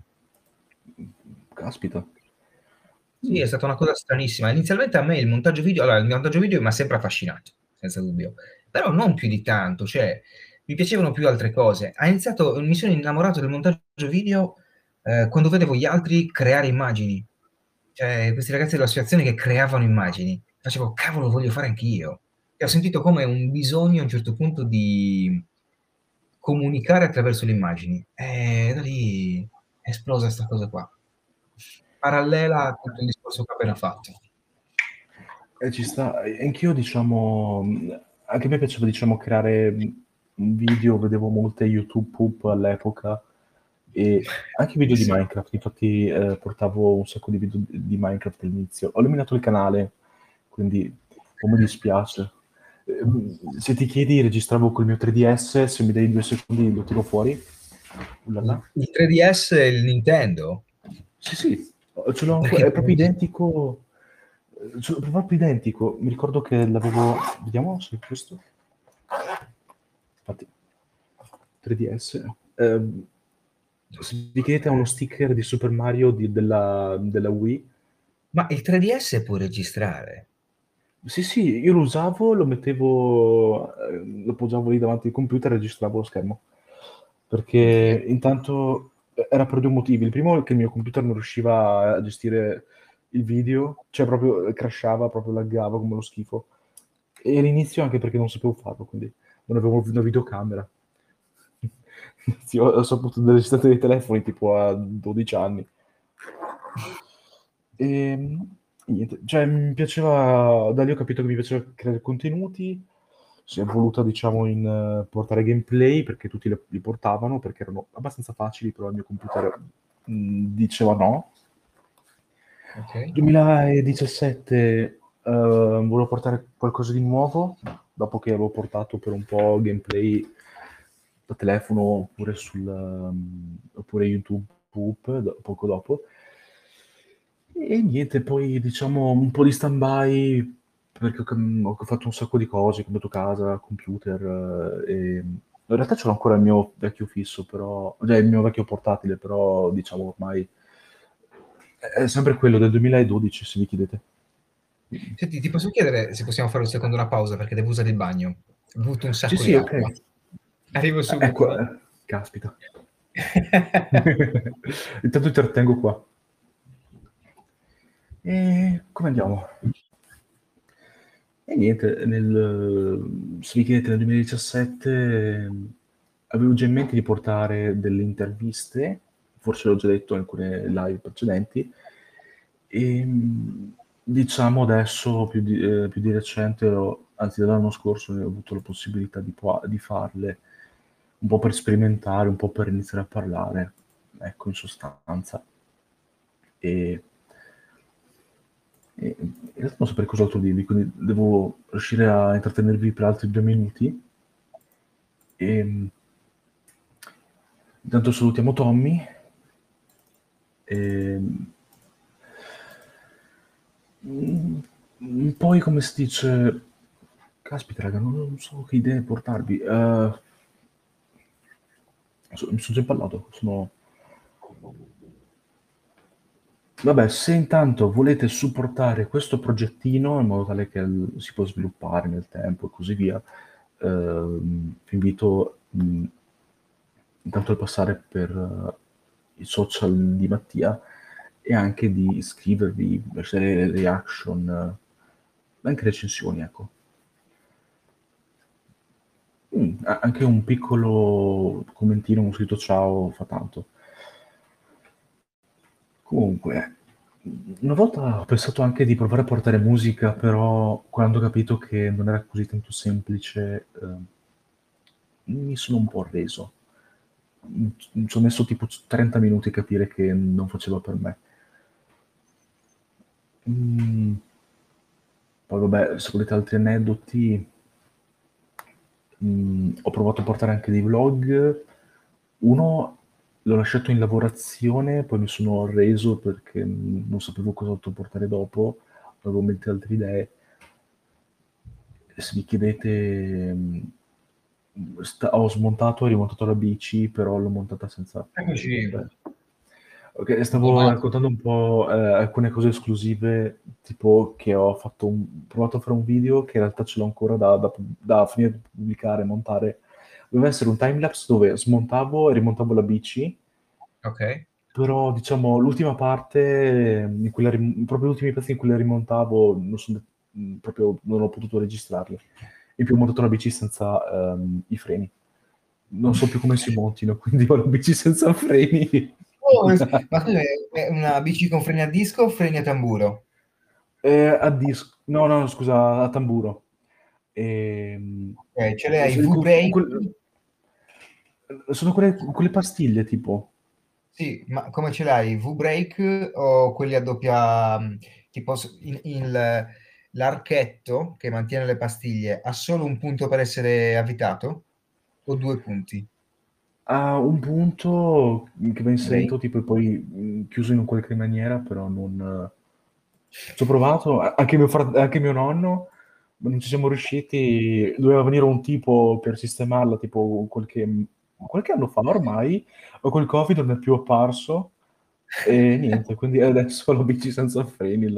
Caspita. Sì, è stata una cosa stranissima. Inizialmente a me il montaggio video, allora, il montaggio video mi ha sempre affascinato, senza dubbio, però non più di tanto, cioè mi piacevano più altre cose. Mi sono innamorato del montaggio video quando vedevo gli altri creare immagini, cioè questi ragazzi dell'associazione che creavano immagini. Facevo, cavolo, voglio fare anch'io. E ho sentito come un bisogno a un certo punto di comunicare attraverso le immagini. E da lì è esplosa questa cosa qua, parallela a tutto il discorso che ho appena fatto. Ci sta. Anch'io, diciamo, anche a me piaceva, diciamo, creare video, vedevo molte YouTube Poop all'epoca, e anche video di Sì. Minecraft. Infatti portavo un sacco di video di Minecraft all'inizio. Ho eliminato il canale, quindi un po' mi dispiace. Se ti chiedi, registravo col mio 3DS, se mi dai 2 secondi lo tiro fuori. Ullala. Il 3DS e il Nintendo? Sì, sì, ce l'ho ancora, Perché è proprio identico. Proprio identico. Mi ricordo che l'avevo. Vediamo se è questo. Infatti, 3DS. Se vi chiedete, ha uno sticker di Super Mario della Wii. Ma il 3DS può registrare? Sì, sì, io lo usavo, lo mettevo, lo appoggiavo lì davanti al computer e registravo lo schermo. Perché intanto era per due motivi. Il primo è che il mio computer non riusciva a gestire il video, cioè proprio crashava, proprio laggava come lo schifo. E all'inizio anche perché non sapevo farlo, quindi non avevo una videocamera. Sì, ho saputo dell'esistenza dei telefoni tipo a 12 anni. E niente, cioè mi piaceva, da lì ho capito che mi piaceva creare contenuti, si è voluta diciamo in portare gameplay perché tutti li portavano, perché erano abbastanza facili, però il mio computer diceva no. Ok. 2017 volevo portare qualcosa di nuovo, dopo che avevo portato per un po' gameplay da telefono oppure YouTube poco dopo. E niente, poi diciamo un po' di stand-by perché ho fatto un sacco di cose, ho cambiato casa, computer, e in realtà ce l'ho ancora il mio vecchio fisso, però, cioè il mio vecchio portatile, però diciamo ormai è sempre quello del 2012, se mi chiedete. Senti, ti posso chiedere se possiamo fare un secondo una pausa perché devo usare il bagno. Ho bevuto un Sì, sacco di sì, acqua. ok. Arrivo Ecco, subito. caspita. Intanto ti trattengo qua. E come andiamo? E niente, se mi chiedete nel 2017 avevo già in mente di portare delle interviste, forse l'ho già detto in alcune live precedenti, e diciamo adesso più di recente, anzi dall'anno scorso, ne ho avuto la possibilità di farle un po' per sperimentare, un po' per iniziare a parlare, ecco, in sostanza. E in realtà non saprei cos'altro dirvi, quindi devo riuscire a intrattenervi per altri 2 minuti. E intanto salutiamo Tommy. E, poi come si dice... Caspita, raga, non so che idee portarvi. Mi sono già impallato. Vabbè, se intanto volete supportare questo progettino in modo tale che si può sviluppare nel tempo e così via, vi invito intanto a passare per i social di Mattia e anche di iscrivervi, lasciare le reaction, anche recensioni, ecco. Anche un piccolo commentino, un scritto ciao fa tanto. Comunque, una volta ho pensato anche di provare a portare musica, però quando ho capito che non era così tanto semplice, mi sono un po' arreso. Ci ho messo tipo 30 minuti a capire che non faceva per me. Mm, Poi vabbè, se volete altri aneddoti, ho provato a portare anche dei vlog. Uno l'ho lasciato in lavorazione, poi mi sono arreso perché non sapevo cos'altro portare dopo, avevo in mente altre idee. Se mi chiedete, ho smontato e rimontato la bici, però l'ho montata senza Eccoci. freno. Ok, stavo Automato. raccontando un po' alcune cose esclusive, tipo che provato a fare un video che in realtà ce l'ho ancora da finire di pubblicare, montare. Doveva essere un timelapse dove smontavo e rimontavo la bici, Ok. però diciamo l'ultima parte, proprio gli ultimi pezzi in cui la rimontavo, proprio non ho potuto registrarli. In più ho montato una bici senza i freni. Non so più come si montino, quindi ho la bici senza freni. Oh, ma scusa, è una bici con freni a disco o freni a tamburo? A disco, no, no, scusa, a tamburo. Ce le hai Con V-brake? sono quelle pastiglie tipo. Sì, ma come ce l'hai? V-brake o quelli a doppia... tipo l'archetto che mantiene le pastiglie ha solo un punto per essere avvitato o due punti? Ha un punto che va Brake. inserito tipo e poi chiuso in un qualche maniera, però non... Ci ho provato, anche mio nonno, ma non ci siamo riusciti. Doveva venire un tipo per sistemarla, tipo qualche anno fa ormai, ma col Covid non è più apparso. E niente, quindi adesso la bici senza freni.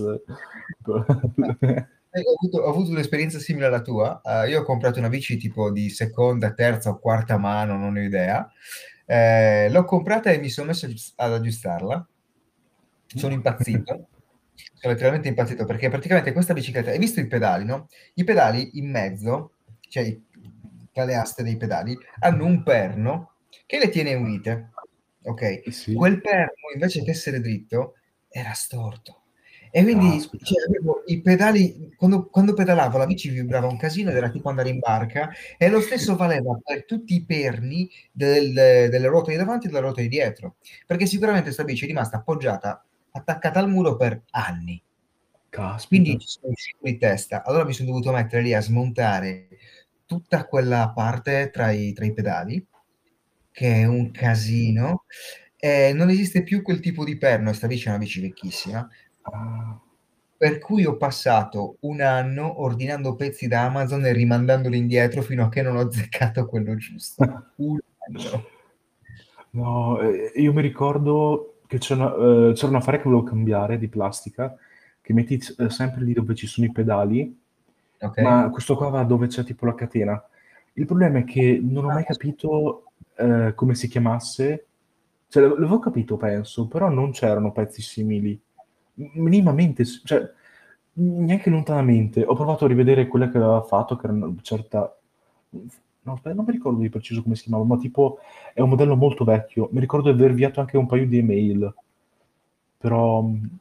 Ho avuto un'esperienza simile alla tua. Io ho comprato una bici tipo di seconda, terza o quarta mano, non ho idea. L'ho comprata e mi sono messo ad aggiustarla. Sono impazzito. Sono letteralmente impazzito perché praticamente questa bicicletta, hai visto i pedali, no? I pedali in mezzo, cioè tra le aste dei pedali, hanno un perno che le tiene unite. Ok? Sì. Quel perno, invece che essere dritto, era storto. E quindi Caspita. cioè, avevo i pedali, quando pedalavo la bici vibrava un casino ed era tipo andare in barca, e lo stesso valeva per tutti i perni delle ruote di davanti e delle ruote di dietro, perché sicuramente sta bici è rimasta appoggiata, attaccata al muro per anni. Quindi Caspita. ci sono uscito di testa. Allora mi sono dovuto mettere lì a smontare tutta quella parte tra i pedali, che è un casino. Non esiste più quel tipo di perno, e sta bici è una bici vecchissima, Ah. per cui ho passato un anno ordinando pezzi da Amazon e rimandandoli indietro fino a che non ho azzeccato quello giusto. Un anno. No, io mi ricordo che c'era un affare che volevo cambiare di plastica, che metti sempre lì dove ci sono i pedali, Ok? ma questo qua va dove c'è tipo la catena. Il problema è che non ho Ah, mai capito come si chiamasse, cioè l'avevo capito penso, però non c'erano pezzi simili. Minimamente, cioè neanche lontanamente. Ho provato a rivedere quella che aveva fatto, che era una certa... No, aspetta, non mi ricordo di preciso come si chiamava, ma tipo è un modello molto vecchio. Mi ricordo di aver inviato anche un paio di email, però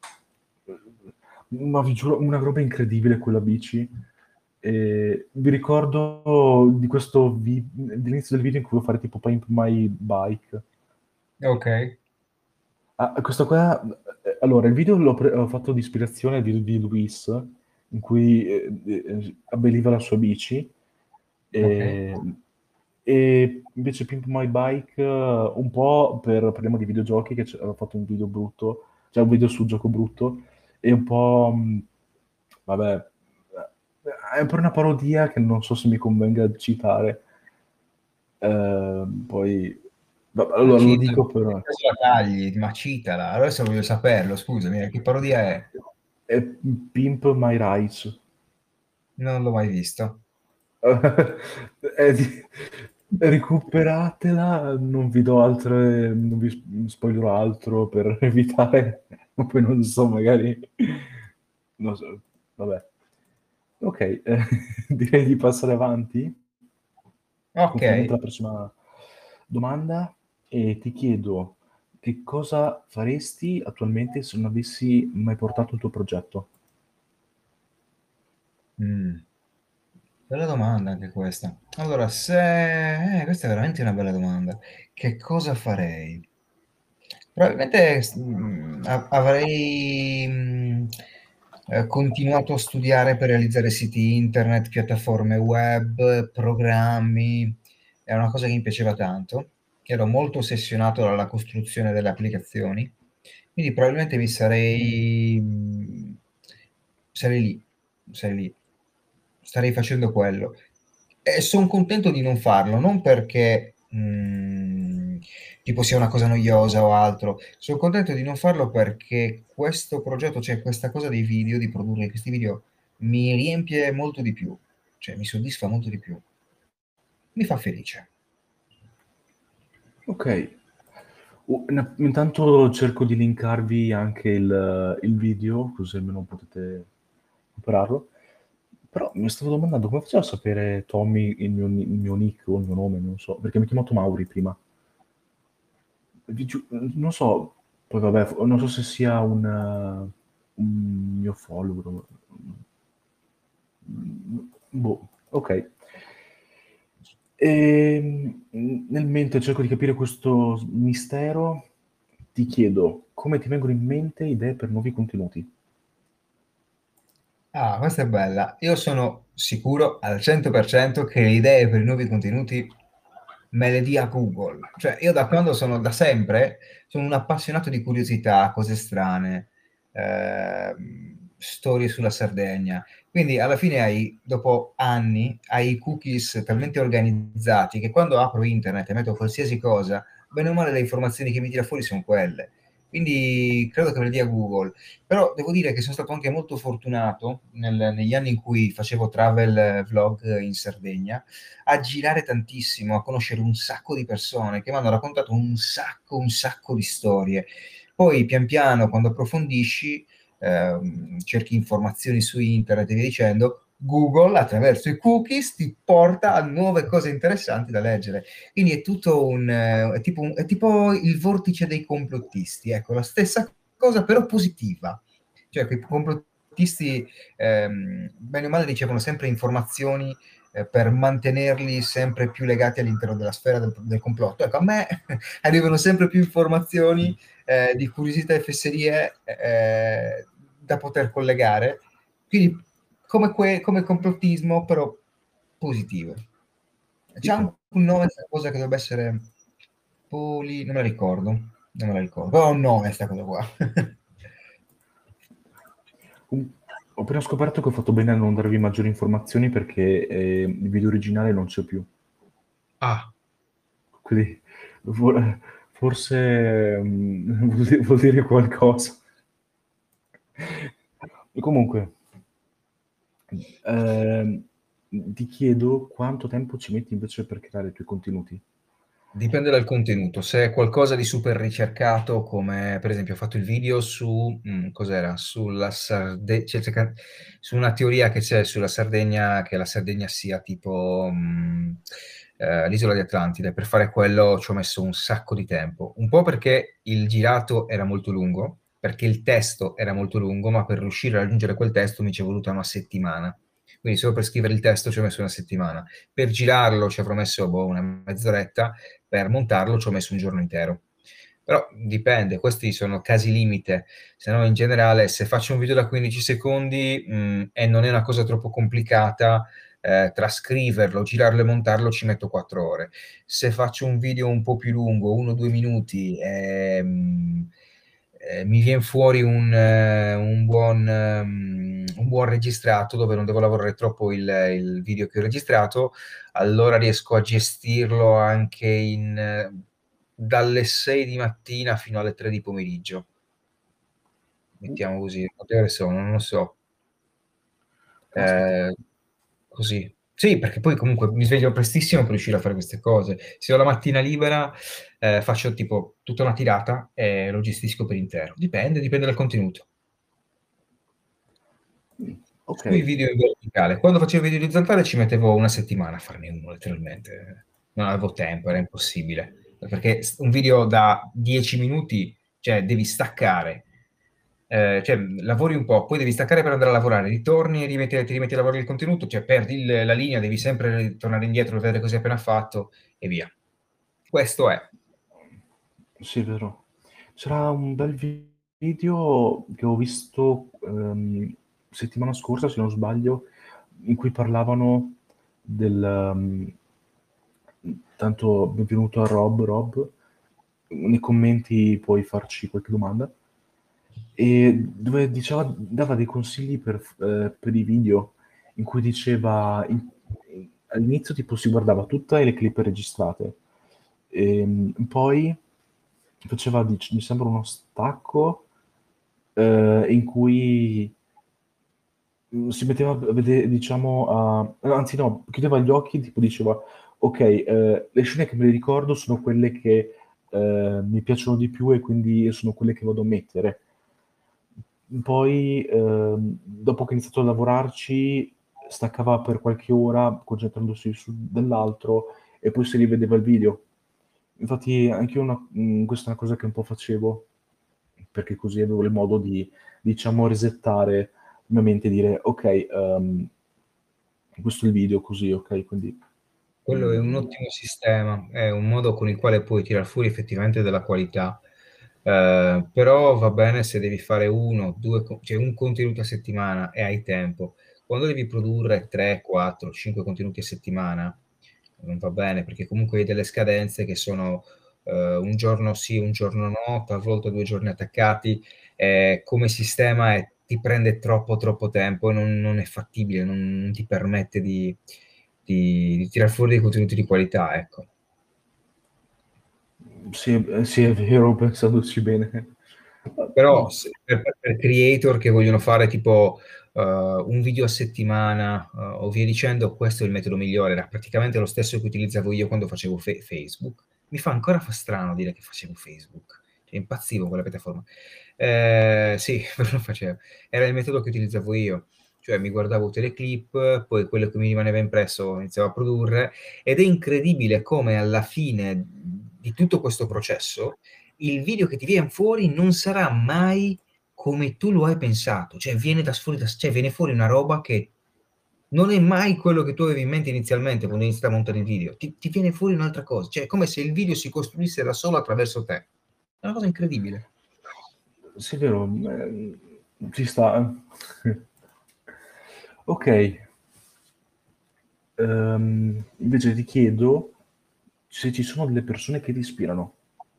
ma vi giuro, una roba incredibile quella bici. E vi ricordo di questo dell'inizio del video in cui volevo fare tipo Pimp My Bike. ok, Ah, questo qua, allora, il video l'ho fatto di ispirazione di Luis, in cui abbelliva la sua bici, ok, e, e invece Pimp My Bike, un po' parliamo di videogiochi, che aveva fatto un video brutto, cioè un video sul gioco brutto, e un po', vabbè, è per una parodia che non so se mi convenga citare. Poi, vabbè, ma allora lo citala, dico nel però. caso la tagli, ma citala, adesso voglio saperlo, scusami, che parodia è? È Pimp My Rights. Non l'ho mai visto. Recuperatela, non vi do altre, non vi spoilerò altro per evitare, ma poi non so, magari, non so, vabbè. Ok, direi di passare avanti con Ok. finalmente la prossima domanda e ti chiedo che cosa faresti attualmente se non avessi mai portato il tuo progetto? Mm. Bella domanda anche questa. Allora, se... questa è veramente una bella domanda. Che cosa farei? Probabilmente avrei continuato a studiare per realizzare siti internet, piattaforme web, programmi. È una cosa che mi piaceva tanto. Ero molto ossessionato dalla costruzione delle applicazioni. Quindi probabilmente sarei lì, sarei lì, starei facendo quello. E sono contento di non farlo, non perché tipo sia una cosa noiosa o altro. Sono contento di non farlo perché questo progetto, cioè questa cosa dei video, di produrre questi video, mi riempie molto di più, cioè mi soddisfa molto di più, mi fa felice. Ok. Intanto cerco di linkarvi anche il video, così almeno potete recuperarlo. Però mi stavo domandando come faceva a sapere Tommy il mio nick o il mio nome, non so, perché mi ha chiamato Mauri prima. Non so, poi vabbè, non so se sia un mio follower. Boh, ok. Nel mentre cerco di capire questo mistero, ti chiedo come ti vengono in mente idee per nuovi contenuti? Ah, questa è bella. Io sono sicuro al 100% che le idee per i nuovi contenuti me le dia Google. Cioè, io da quando sono, da sempre, sono un appassionato di curiosità, cose strane, storie sulla Sardegna. Quindi alla fine dopo anni, hai i cookies talmente organizzati che quando apro internet e metto qualsiasi cosa, bene o male le informazioni che mi tira fuori sono quelle. Quindi credo che me le dia Google. Però devo dire che sono stato anche molto fortunato negli anni in cui facevo travel vlog in Sardegna a girare tantissimo, a conoscere un sacco di persone che mi hanno raccontato un sacco di storie. Poi pian piano, quando approfondisci, cerchi informazioni su internet e via dicendo, Google attraverso i cookies ti porta a nuove cose interessanti da leggere. Quindi è tutto è tipo il vortice dei complottisti, ecco, la stessa cosa però positiva. Cioè, quei complottisti, bene o male, ricevono sempre informazioni per mantenerli sempre più legati all'interno della sfera del complotto. Ecco, a me arrivano sempre più informazioni di curiosità e fesserie da poter collegare, quindi come complottismo, però positivo. C'è anche Tipo, un nome questa cosa che dovrebbe essere non me la ricordo, non me la ricordo, però ha un nome sta cosa qua. ho appena scoperto che ho fatto bene a non darvi maggiori informazioni perché il video originale non c'è più. Ah, Quindi forse vuol dire qualcosa. E comunque, ehm, ti chiedo quanto tempo ci metti invece per creare i tuoi contenuti. dipende dal contenuto. Se è qualcosa di super ricercato, come per esempio ho fatto il video su, cos'era? Sulla Sardegna, su una teoria che c'è sulla Sardegna, che la Sardegna sia tipo l'isola di Atlantide. Per fare quello ci ho messo un sacco di tempo. Un po' perché il girato era molto lungo, perché il testo era molto lungo, ma per riuscire a raggiungere quel testo mi ci è voluta una settimana. Quindi solo per scrivere il testo ci ho messo una settimana. Per girarlo ci avrò messo una mezz'oretta, per montarlo ci ho messo un giorno intero. Però dipende, questi sono casi limite, se no in generale se faccio un video da 15 secondi e non è una cosa troppo complicata, trascriverlo, girarlo e montarlo ci metto 4 ore. Se faccio un video un po' più lungo, 1 o 2 minuti, mi viene fuori un buon registrato dove non devo lavorare troppo il video che ho registrato, allora riesco a gestirlo anche dalle 6 di mattina fino alle 3 di pomeriggio. Mettiamo così, quante ore sono? Non lo so. Caspita. Eh, così. Sì, perché poi comunque mi sveglio prestissimo per riuscire a fare queste cose. Se ho la mattina libera, faccio tipo tutta una tirata e lo gestisco per intero. Dipende dal contenuto. Ok. Sui video in verticale. Quando facevo video in orizzontale ci mettevo una settimana a farne uno, letteralmente. Non avevo tempo, era impossibile. Perché un video da 10 minuti, cioè devi staccare. Cioè, lavori un po', poi devi staccare per andare a lavorare, ritorni e ti rimetti a lavorare il contenuto, cioè perdi la linea, devi sempre tornare indietro, vedere cosa hai appena fatto e via. Questo è. Sì, è vero. C'era un bel video che ho visto settimana scorsa, se non sbaglio, in cui parlavano del... tanto benvenuto a Rob. Nei commenti puoi farci qualche domanda. E dove diceva, dava dei consigli per i video, in cui diceva, all'inizio tipo si guardava tutte le clip registrate, poi faceva, mi sembra, uno stacco in cui si metteva a vedere, diciamo, anzi no, chiudeva gli occhi, tipo diceva, ok, le scene che me le ricordo sono quelle che mi piacciono di più e quindi sono quelle che vado a mettere. Poi, dopo che ha iniziato a lavorarci, staccava per qualche ora, concentrandosi su dell'altro, e poi si rivedeva il video. Infatti, anche io questa è una cosa che un po' facevo, perché così avevo il modo di, diciamo, resettare la mia mente e dire, ok, questo è il video, così, ok, quindi... Quello è un ottimo sistema, è un modo con il quale puoi tirar fuori effettivamente della qualità. Però va bene se devi fare uno, due, cioè un contenuto a settimana e hai tempo. Quando devi produrre 3, 4, 5 contenuti a settimana, non va bene perché comunque hai delle scadenze che sono un giorno sì, un giorno no, talvolta 2 giorni attaccati. Come sistema ti prende troppo tempo e non è fattibile, non ti permette di tirar fuori dei contenuti di qualità, ecco. Sì, sì, è vero, pensandoci bene. Però per creator che vogliono fare tipo un video a settimana o via dicendo, questo è il metodo migliore. Era praticamente lo stesso che utilizzavo io quando facevo Facebook. Mi fa ancora strano dire che facevo Facebook. Cioè, impazzivo con quella piattaforma. Sì, però lo facevo. Era il metodo che utilizzavo io. Cioè mi guardavo tutte le clip, poi quello che mi rimaneva impresso iniziavo a produrre ed è incredibile come alla fine di tutto questo processo il video che ti viene fuori non sarà mai come tu lo hai pensato, cioè viene fuori una roba che non è mai quello che tu avevi in mente inizialmente quando inizi a montare il video, ti viene fuori un'altra cosa, cioè è come se il video si costruisse da solo attraverso te. È una cosa incredibile. Sì, è vero, ci sta. Ok. Invece ti chiedo se ci sono delle persone che ti ispirano.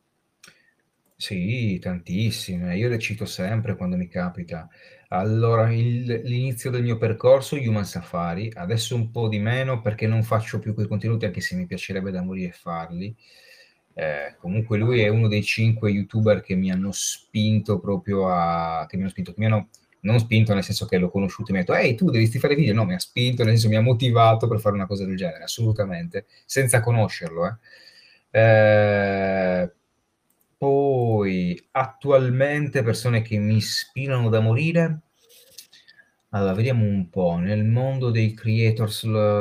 Sì, tantissime. Io le cito sempre quando mi capita. Allora, l'inizio del mio percorso, Human Safari, adesso un po' di meno perché non faccio più quei contenuti, anche se mi piacerebbe da morire farli. Comunque lui è uno dei 5 YouTuber che mi hanno spinto proprio che mi hanno non spinto nel senso che l'ho conosciuto e mi ha detto, ehi, tu devi fare video. No, mi ha spinto, nel senso mi ha motivato per fare una cosa del genere, assolutamente, senza conoscerlo. Poi, attualmente, persone che mi ispirano da morire. Allora, vediamo un po'. Nel mondo dei creators,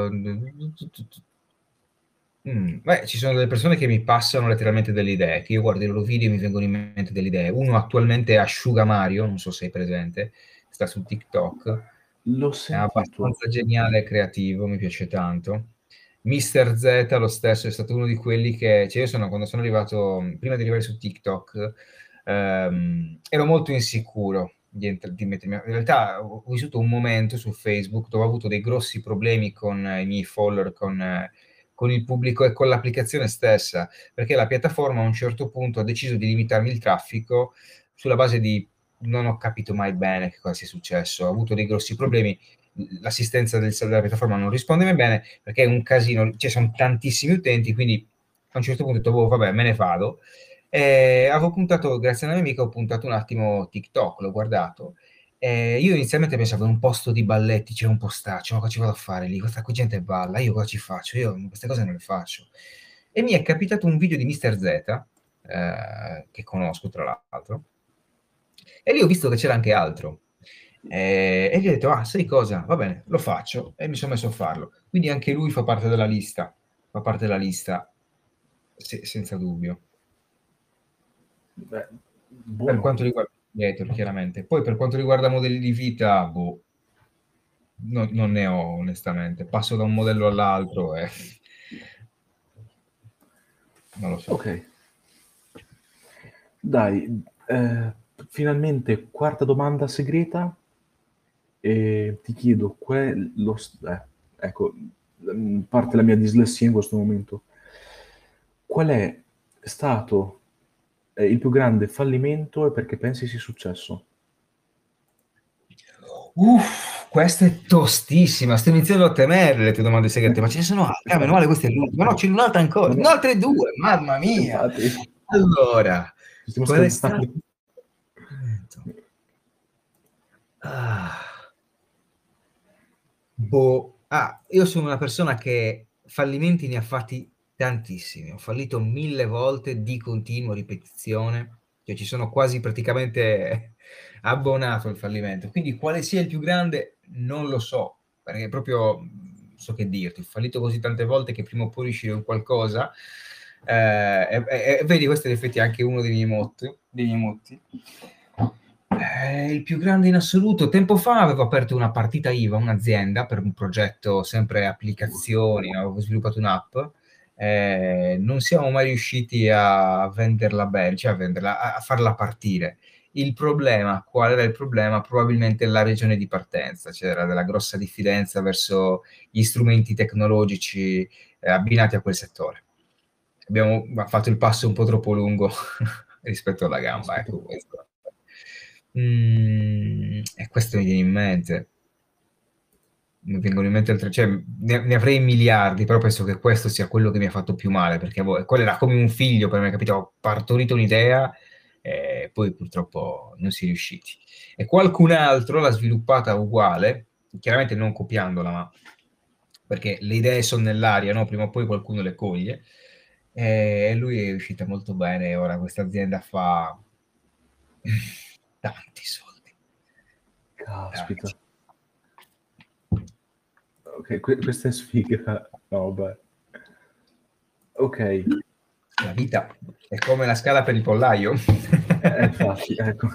beh, ci sono delle persone che mi passano letteralmente delle idee, che io guardo i loro video e mi vengono in mente delle idee. Uno attualmente è Asciuga Mario, non so se sei presente, sta su TikTok, L'ho è sentito. abbastanza geniale e creativo, mi piace tanto. Mister Z, lo stesso, è stato uno di quelli che, cioè io quando sono arrivato, prima di arrivare su TikTok, ero molto insicuro di mettermi. In realtà ho vissuto un momento su Facebook dove ho avuto dei grossi problemi con i miei follower, con il pubblico e con l'applicazione stessa, perché la piattaforma a un certo punto ha deciso di limitarmi il traffico sulla base di non ho capito mai bene che cosa sia successo, ho avuto dei grossi problemi, l'assistenza della piattaforma non risponde mai bene perché è un casino, ci sono tantissimi utenti, quindi a un certo punto ho detto, "Oh, vabbè, me ne vado." E avevo puntato, grazie a una mia amica, ho puntato un attimo TikTok, l'ho guardato. Io inizialmente pensavo in un posto di balletti, c'è un postaccio, ma cosa ci vado a fare lì? Questa qui gente balla, io cosa ci faccio? Io queste cose non le faccio. E mi è capitato un video di Mister Z, che conosco tra l'altro, e lì ho visto che c'era anche altro. E gli ho detto, ah, sai cosa? Va bene, lo faccio. E mi sono messo a farlo. Quindi anche lui fa parte della lista. Fa parte della lista, senza dubbio. Beh, Per buono. quanto riguarda i creator, chiaramente. Poi per quanto riguarda modelli di vita, boh, non ne ho onestamente. Passo da un modello all'altro e non lo so. Ok, dai, finalmente quarta domanda segreta e ti chiedo, ecco, parte la mia dislessia in questo momento. Qual è stato il più grande fallimento e perché pensi sia successo? Questa è tostissima. Sto iniziando a temere le tue domande segrete, ma ce ne sono altre. Meno male, questa è l'ultima. No, c'è un'altra ancora. No, No, no, altre due. Mamma mia. infatti, Allora, ci stiamo qual è stato? scherzando. Ah, boh. Io sono una persona che fallimenti ne ha fatti tantissimi. Ho fallito 1000 volte di continuo, ripetizione. Cioè, ci sono quasi praticamente abbonato al fallimento. Quindi quale sia il più grande non lo so, perché proprio non so che dirti. Ho fallito così tante volte che prima o poi riuscire in qualcosa. E vedi, questo è in effetti anche uno dei miei motti. Il più grande in assoluto. Tempo fa avevo aperto una partita IVA, un'azienda per un progetto sempre applicazioni, no? Avevo sviluppato un'app. Non siamo mai riusciti a venderla bene, cioè a farla partire. Il problema, qual era il problema? Probabilmente la regione di partenza, c'era della grossa diffidenza verso gli strumenti tecnologici abbinati a quel settore. Abbiamo fatto il passo un po' troppo lungo rispetto alla gamba, Aspetta. ecco questo. E questo mi viene in mente. Mi vengono in mente altre, cioè ne avrei miliardi, però penso che questo sia quello che mi ha fatto più male, perché quello era come un figlio per me, capito? Ho partorito un'idea e poi purtroppo non si è riusciti. E qualcun altro l'ha sviluppata uguale, chiaramente non copiandola, ma perché le idee sono nell'aria, no? Prima o poi qualcuno le coglie. E lui è uscita molto bene, e ora questa azienda fa tanti soldi. Caspita. Tanti. Ok, questa è sfiga. No, vabbè. Ok. La vita è come la scala per il pollaio. Infatti, ecco.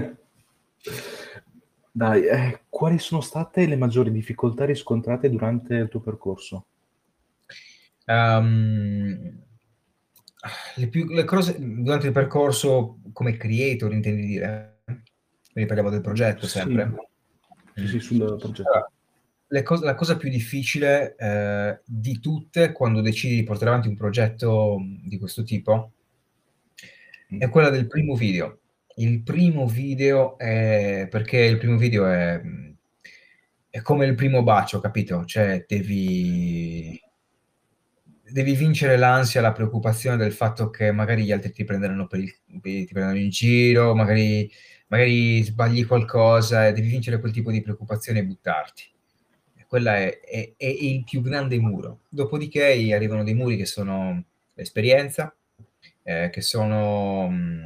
Dai, quali sono state le maggiori difficoltà riscontrate durante il tuo percorso? Um, le cose durante il percorso come creator, intendi dire? Quindi parliamo del progetto Sì, sempre. sì, Mm. sì, sul progetto. Allora, la cosa più difficile di tutte quando decidi di portare avanti un progetto di questo tipo Mm. è quella del primo video. Il primo video perché il primo video è come il primo bacio, capito? Cioè, devi vincere l'ansia, la preoccupazione del fatto che magari gli altri ti prenderanno in giro, magari sbagli qualcosa e devi vincere quel tipo di preoccupazione e buttarti. E quella è il più grande muro. Dopodiché arrivano dei muri che sono l'esperienza, che sono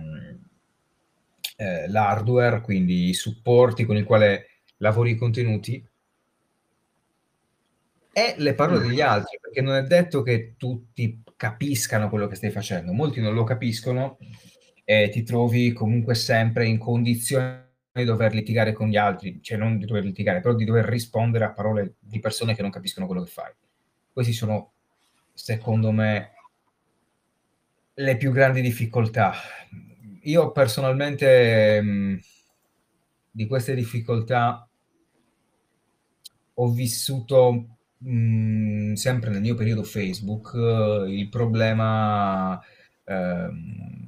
l'hardware, quindi i supporti con il quale lavori i contenuti e le parole Mm. degli altri, perché non è detto che tutti capiscano quello che stai facendo, molti non lo capiscono e ti trovi comunque sempre in condizione di dover litigare con gli altri, cioè non di dover litigare, però di dover rispondere a parole di persone che non capiscono quello che fai. Questi sono, secondo me, le più grandi difficoltà. Io personalmente di queste difficoltà ho vissuto sempre nel mio periodo Facebook il problema, ehm,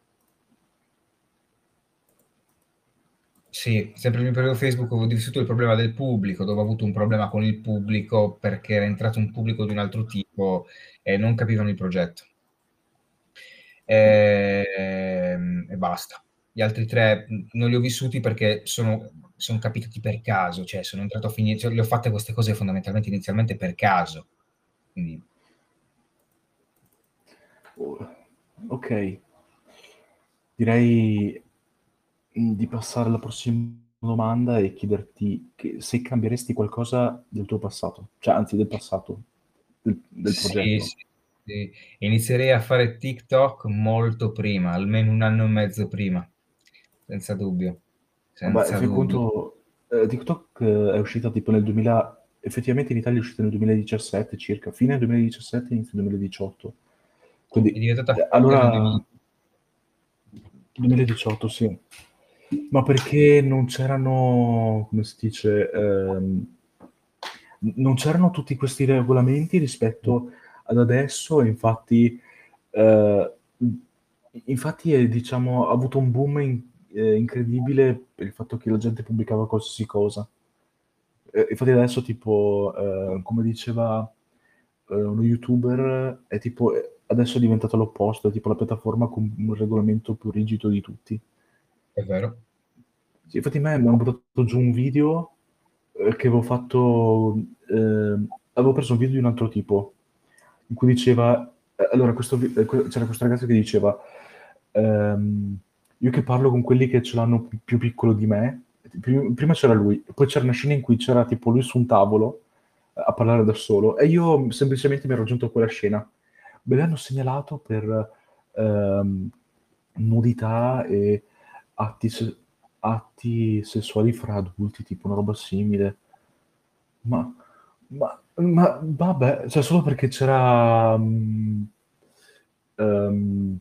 sì, sempre nel mio periodo Facebook ho vissuto il problema del pubblico, dove ho avuto un problema con il pubblico perché era entrato un pubblico di un altro tipo e non capivano il progetto. E basta. Gli altri tre non li ho vissuti perché sono capitati per caso, cioè sono entrato a finire, cioè, le ho fatte queste cose fondamentalmente inizialmente per caso. Quindi Oh, ok, direi di passare alla prossima domanda e chiederti se cambieresti qualcosa del tuo passato, cioè anzi del passato, del sì, progetto. sì, sì. Inizierei a fare TikTok molto prima, almeno un anno e mezzo prima, senza dubbio, Vabbè, senza fai dubbio. conto, TikTok è uscita tipo nel 2000, effettivamente in Italia è uscita nel 2017 circa, fine 2017, inizio 2018. È Quindi, diventata famosa nel allora, 2000. 2018 sì. Ma perché non c'erano, come si dice, non c'erano tutti questi regolamenti rispetto ad adesso, e eh, infatti è, diciamo, ha avuto un boom incredibile per il fatto che la gente pubblicava qualsiasi cosa. Infatti adesso, tipo, come diceva uno youtuber, è tipo, adesso è diventato l'opposto, è tipo la piattaforma con un regolamento più rigido di tutti. È vero. Sì, infatti a me mi hanno buttato giù un video che avevo fatto, avevo preso un video di un altro tipo, in cui diceva, allora c'era questo ragazzo che diceva, io che parlo con quelli che ce l'hanno più piccolo di me, prima c'era lui, poi c'era una scena in cui c'era tipo lui su un tavolo a parlare da solo, e io semplicemente mi ero raggiunto quella scena. Me l'hanno segnalato per ehm, nudità e atti, atti sessuali fra adulti, tipo una roba simile. Ma, ma vabbè, cioè solo perché c'era ehm,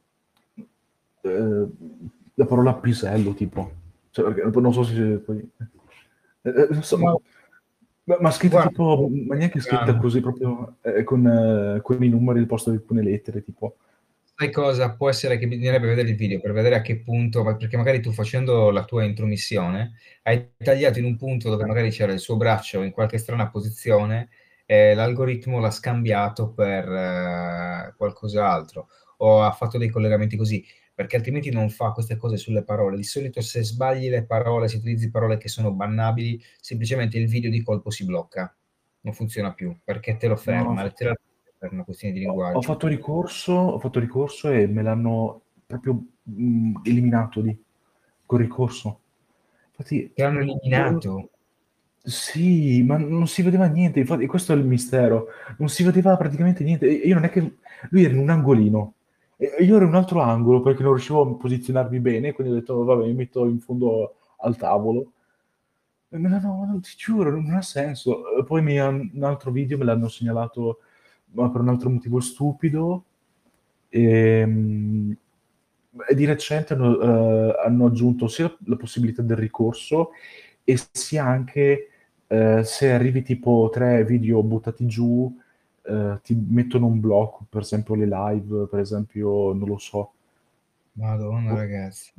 eh, la parola pisello, tipo. Cioè, perché non so se poi... non Ma so, ma scritta guarda, tipo, ma neanche scritta così proprio con i numeri al posto di alcune lettere, tipo. sai cosa? Può essere che bisognerebbe vedere il video per vedere a che punto, perché magari tu facendo la tua intromissione hai tagliato in un punto dove magari c'era il suo braccio in qualche strana posizione e l'algoritmo l'ha scambiato per qualcos'altro o ha fatto dei collegamenti così, perché altrimenti non fa queste cose sulle parole. Di solito se sbagli le parole, se utilizzi parole che sono bannabili, semplicemente il video di colpo si blocca, non funziona più perché te lo No, ferma, letteralmente per una questione di linguaggio. ho fatto ricorso e me l'hanno proprio eliminato lì, col ricorso. Infatti, Che hanno boh, eliminato. sì, ma non si vedeva niente, infatti questo è il mistero, non si vedeva praticamente niente. Io non è che lui era in un angolino, E io ero in un altro angolo perché non riuscivo a posizionarmi bene, quindi ho detto, vabbè, mi metto in fondo al tavolo. E no, ti giuro, non ha senso. Poi un altro video me l'hanno segnalato, ma per un altro motivo stupido. E, e di recente hanno aggiunto sia la possibilità del ricorso e sia anche se arrivi tipo 3 video buttati giù, ti mettono un blocco, per esempio le live, per esempio, non lo so. Madonna, ragazzi.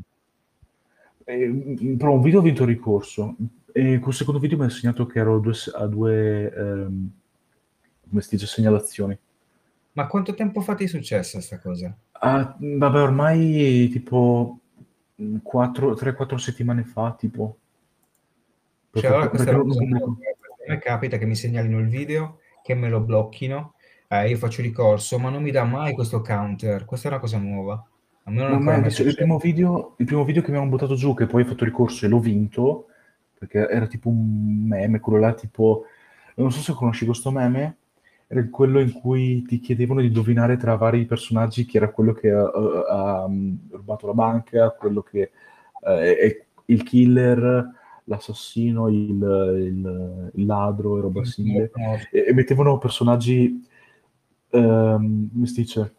Però un video ho vinto il ricorso e col secondo video mi ha segnato che ero a due come si dice, segnalazioni. Ma quanto tempo fa ti è successa sta cosa? Ah, vabbè, ormai tipo 3-4 settimane fa, tipo, Cioè, allora questa perché è la non cosa nuova. pubblico. A me capita che mi segnalino il video, che me lo blocchino, io faccio ricorso, ma non mi dà mai questo counter. Questa è una cosa nuova. A me non è No, ma ancora mai invece successo. il primo video che mi hanno buttato giù, che poi ho fatto ricorso e l'ho vinto, perché era tipo un meme, quello là tipo, non so se conosci questo meme, era quello in cui ti chiedevano di indovinare tra vari personaggi chi era quello che ha rubato la banca, quello che è il killer, l'assassino, il ladro e roba Non lo simile, conosco. e mettevano personaggi, come si dice?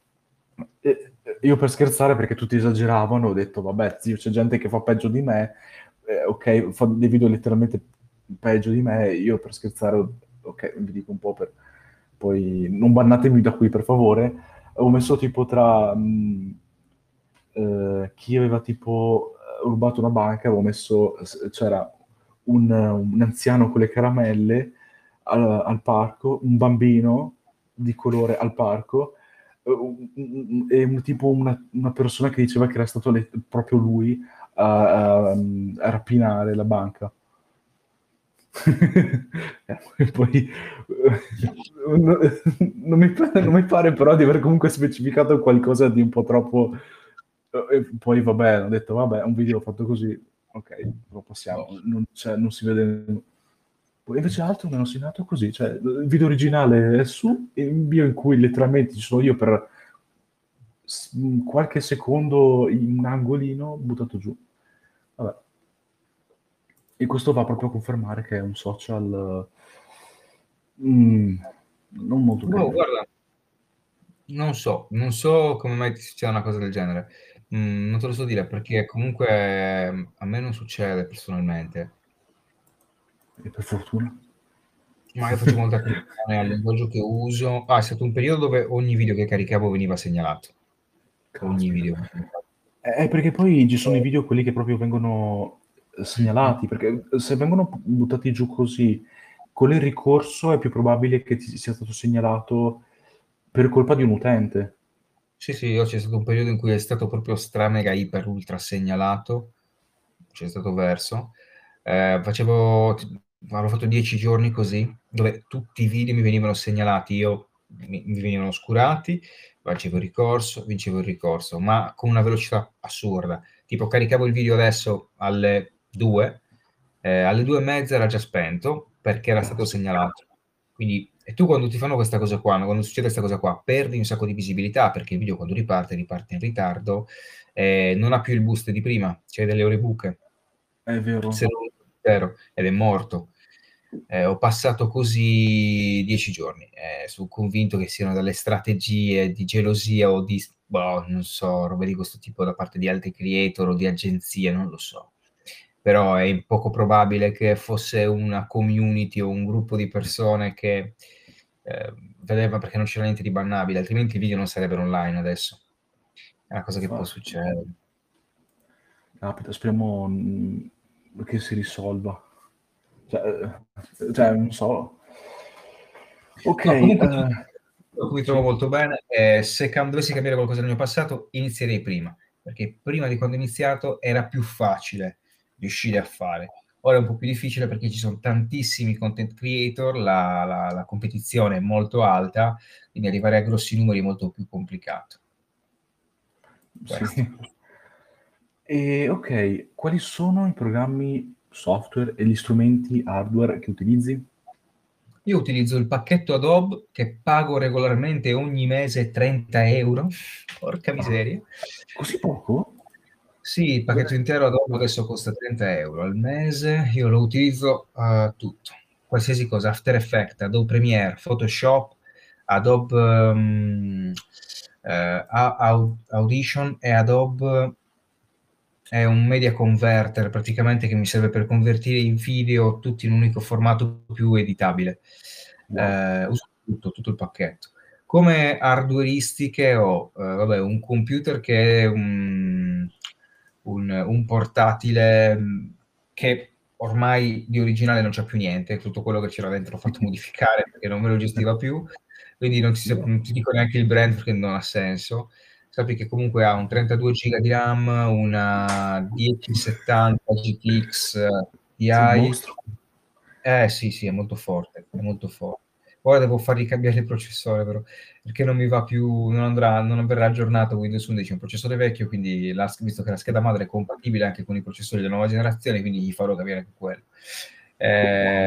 Io per scherzare, perché tutti esageravano, ho detto, vabbè, zio, c'è gente che fa peggio di me, ok, fa dei video letteralmente peggio di me, io per scherzare, ok, vi dico un po' per... Poi non bannatemi da qui, per favore. Ho messo tipo tra chi aveva tipo rubato una banca, avevo messo, c'era un anziano con le caramelle al parco, un bambino di colore al parco, e tipo una persona che diceva che era stato proprio lui a rapinare la banca. E poi non, non mi pare però di aver comunque specificato qualcosa di un po' troppo. E poi vabbè, ho detto vabbè, un video fatto così, ok, lo passiamo, non si vede. Poi invece altro mi hanno segnato così, cioè il video originale è su, e il video in cui letteralmente ci sono io per qualche secondo in un angolino buttato giù. Vabbè. E questo va proprio a confermare che è un social non molto Boh, carino. guarda, non so come mai ti succeda una cosa del genere. Non te lo so dire perché comunque a me non succede personalmente. E per fortuna. Ma io faccio molta attenzione al linguaggio che uso. Ah, è stato un periodo dove ogni video che caricavo veniva segnalato. Ogni Caspita. video. È perché poi ci sono i video quelli che proprio vengono segnalati, perché se vengono buttati giù così, con il ricorso è più probabile che ti sia stato segnalato per colpa di un utente. Sì, sì, c'è stato un periodo in cui è stato proprio stra mega iper ultra segnalato, c'è stato verso. Avevo fatto 10 giorni così, dove tutti i video mi venivano segnalati, mi venivano oscurati, vincevo il ricorso, ma con una velocità assurda. Tipo, caricavo il video adesso alle 2, alle 2 e mezza era già spento perché era stato Caspita. segnalato. Quindi, e tu quando ti fanno questa cosa qua, no? Quando succede questa cosa qua, perdi un sacco di visibilità perché il video quando riparte in ritardo, non ha più il boost di prima, c'è delle ore buche, È se vero. non zero, ed è morto. Ho passato così 10 giorni, sono convinto che siano delle strategie di gelosia o di, boh, non so, robe di questo tipo da parte di altri creator o di agenzie, non lo so. Però è poco probabile che fosse una community o un gruppo di persone che vedeva perché non c'era niente di bannabile, altrimenti i video non sarebbero online adesso. È una cosa che può Infatti. succedere. Capita, speriamo che si risolva. Cioè, non so. Ok, No, comunque mi trovo sì. molto bene. Se dovessi cambiare qualcosa nel mio passato, inizierei prima, perché prima di quando ho iniziato era più facile riuscire a fare. Ora è un po' più difficile perché ci sono tantissimi content creator, la competizione è molto alta, quindi arrivare a grossi numeri è molto più complicato. Questo. Sì. E ok, quali sono i programmi software e gli strumenti hardware che utilizzi? Io utilizzo il pacchetto Adobe che pago regolarmente ogni mese 30 euro. Porca miseria. Così poco? Sì, il pacchetto intero Adobe adesso costa 30 euro al mese. Io lo utilizzo tutto, qualsiasi cosa, After Effects, Adobe Premiere, Photoshop, Adobe Audition e Adobe è un media converter praticamente che mi serve per convertire i video tutti in un unico formato più editabile. Wow. Uso tutto il pacchetto. Come hardwareistiche ho vabbè, un computer che è un portatile che ormai di originale non c'è più niente, tutto quello che c'era dentro l'ho fatto modificare perché non me lo gestiva più, quindi non ti dico neanche il brand perché non ha senso. Sappi che comunque ha un 32 giga di RAM, una 1070 GTX Sei un Ti. mostro. Sì, sì, è molto forte, è molto forte. Ora devo fargli cambiare il processore, però, perché non mi va più, non verrà aggiornato Windows 11, è un processore vecchio, quindi visto che la scheda madre è compatibile anche con i processori della nuova generazione, quindi gli farò cambiare anche quello. Wow.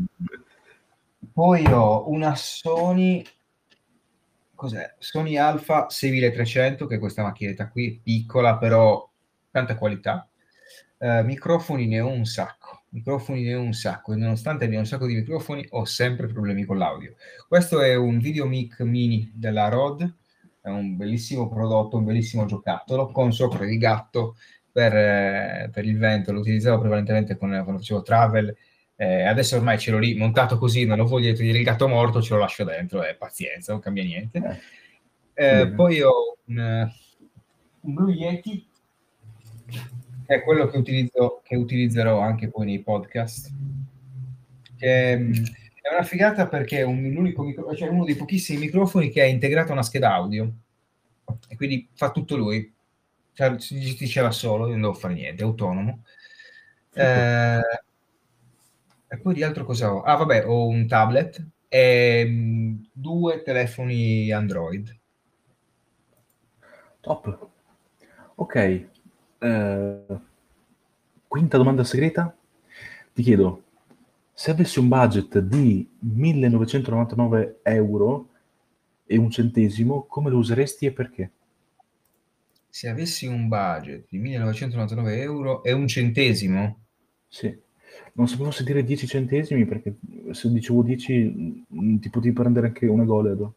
Poi ho una Sony, cos'è? Sony Alpha 6300, che è questa macchinetta qui, piccola, però tanta qualità. Microfoni ne ho un sacco, e nonostante abbia un sacco di microfoni ho sempre problemi con l'audio. Questo è un Videomic Mini della Rode, è un bellissimo prodotto, un bellissimo giocattolo con sopra il gatto per il vento, lo utilizzavo prevalentemente quando facevo travel. Adesso ormai ce l'ho lì montato così, non lo voglio togliere il gatto morto, ce lo lascio dentro, pazienza, non cambia niente. Va bene. Poi ho un Blue Yeti, che è quello che utilizzerò anche poi nei podcast, che è una figata perché è cioè uno dei pochissimi microfoni che ha integrato una scheda audio e quindi fa tutto lui, cioè, si gestisce da solo, io non devo fare niente, è autonomo. Fico. Eh, e poi di altro cosa ho? Ah, vabbè, ho un tablet e due telefoni Android. Top. Ok. Quinta domanda segreta. Ti chiedo, se avessi un budget di 1999 euro e un centesimo, come lo useresti e perché? Se avessi un budget di 1999 euro e un centesimo, Sì. Non sapevo se dire 10 centesimi perché se dicevo 10 ti potevi prendere anche una Goleado.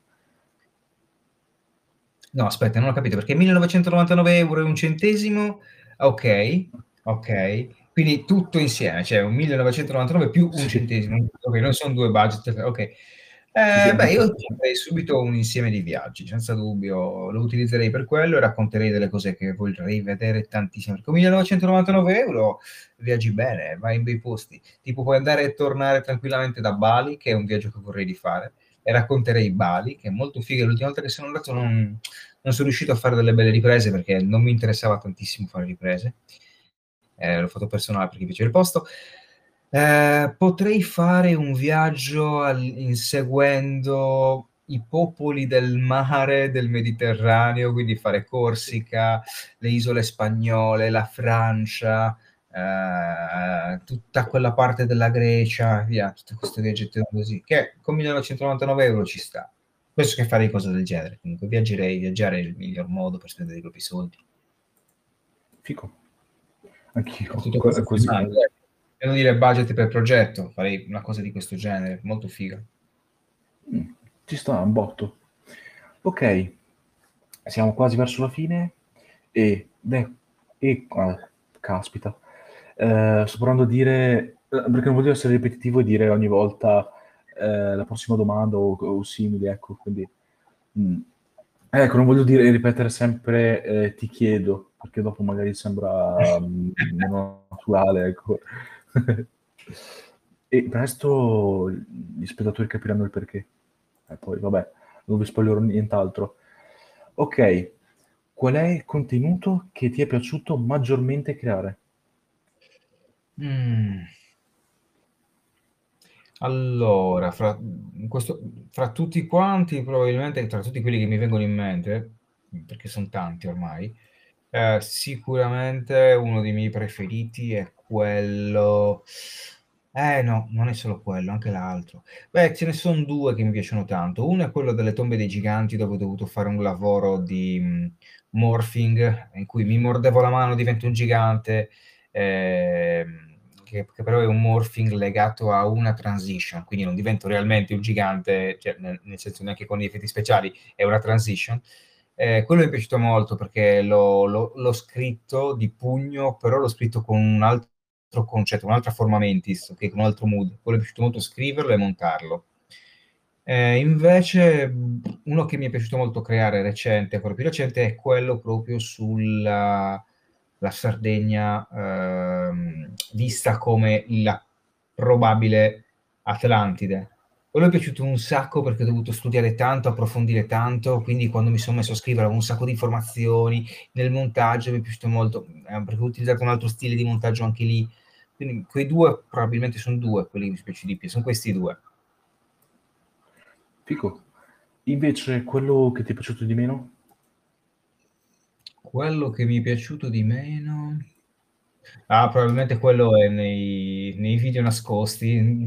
no, aspetta, non ho capito perché 1999 euro e un centesimo, ok, ok, quindi tutto insieme, cioè un 1999 più un Sì, centesimo, ok, non sono due budget, ok. sì, sì, Beh, anche io per... farei subito un insieme di viaggi, senza dubbio, lo utilizzerei per quello e racconterei delle cose che vorrei vedere tantissimo. Con 1999 euro viaggi bene, vai in bei posti, tipo puoi andare e tornare tranquillamente da Bali, che è un viaggio che vorrei rifare, e racconterei Bali, che è molto figa. L'ultima volta che sono andato non sono riuscito a fare delle belle riprese perché non mi interessava tantissimo fare riprese. L'ho fatto personale perché mi piaceva il posto. Potrei fare un viaggio inseguendo i popoli del mare del Mediterraneo, quindi fare Corsica, le isole spagnole, la Francia, tutta quella parte della Grecia, via, tutto questo viaggetto così, che con 1999 euro ci sta. Penso che farei cose del genere. Comunque viaggiare è il miglior modo per spendere i propri soldi. Fico. Per Anch'io, tutto questo così. per non dire budget per progetto, farei una cosa di questo genere, molto figa. Mm, ci sta un botto. Ok, siamo quasi verso la fine caspita, sto provando a dire, perché non voglio essere ripetitivo e dire ogni volta la prossima domanda o simili, ecco, quindi mm. Ecco, non voglio dire ripetere sempre ti chiedo, perché dopo magari sembra meno naturale, ecco. E presto gli spettatori capiranno il perché. E poi, vabbè, non vi spoilerò nient'altro. Ok, qual è il contenuto che ti è piaciuto maggiormente creare? Mm. Allora, fra tutti quanti, probabilmente tra tutti quelli che mi vengono in mente, perché sono tanti ormai, sicuramente uno dei miei preferiti è quello. No, non è solo quello, anche l'altro. Beh, ce ne sono due che mi piacciono tanto. Uno è quello delle tombe dei giganti, dove ho dovuto fare un lavoro di morphing, in cui mi mordevo la mano, divento un gigante, che però è un morphing legato a una transition, quindi non divento realmente un gigante, cioè, nel senso neanche con gli effetti speciali, è una transition. Quello mi è piaciuto molto perché l'ho scritto di pugno, però l'ho scritto con un altro concetto, un'altra forma mentis, ok, con un altro mood. Quello è piaciuto molto scriverlo e montarlo. Invece, uno che mi è piaciuto molto creare recente, ancora più recente, è quello proprio sulla la Sardegna, vista come la probabile Atlantide. Quello mi è piaciuto un sacco perché ho dovuto studiare tanto, approfondire tanto, quindi quando mi sono messo a scrivere avevo un sacco di informazioni, nel montaggio mi è piaciuto molto, perché ho utilizzato un altro stile di montaggio anche lì. Quindi quei due probabilmente sono due quelli che mi piace di più, sono questi due. Fico. Invece, quello che ti è piaciuto di meno? Quello che mi è piaciuto di meno. Ah, probabilmente quello è nei video nascosti.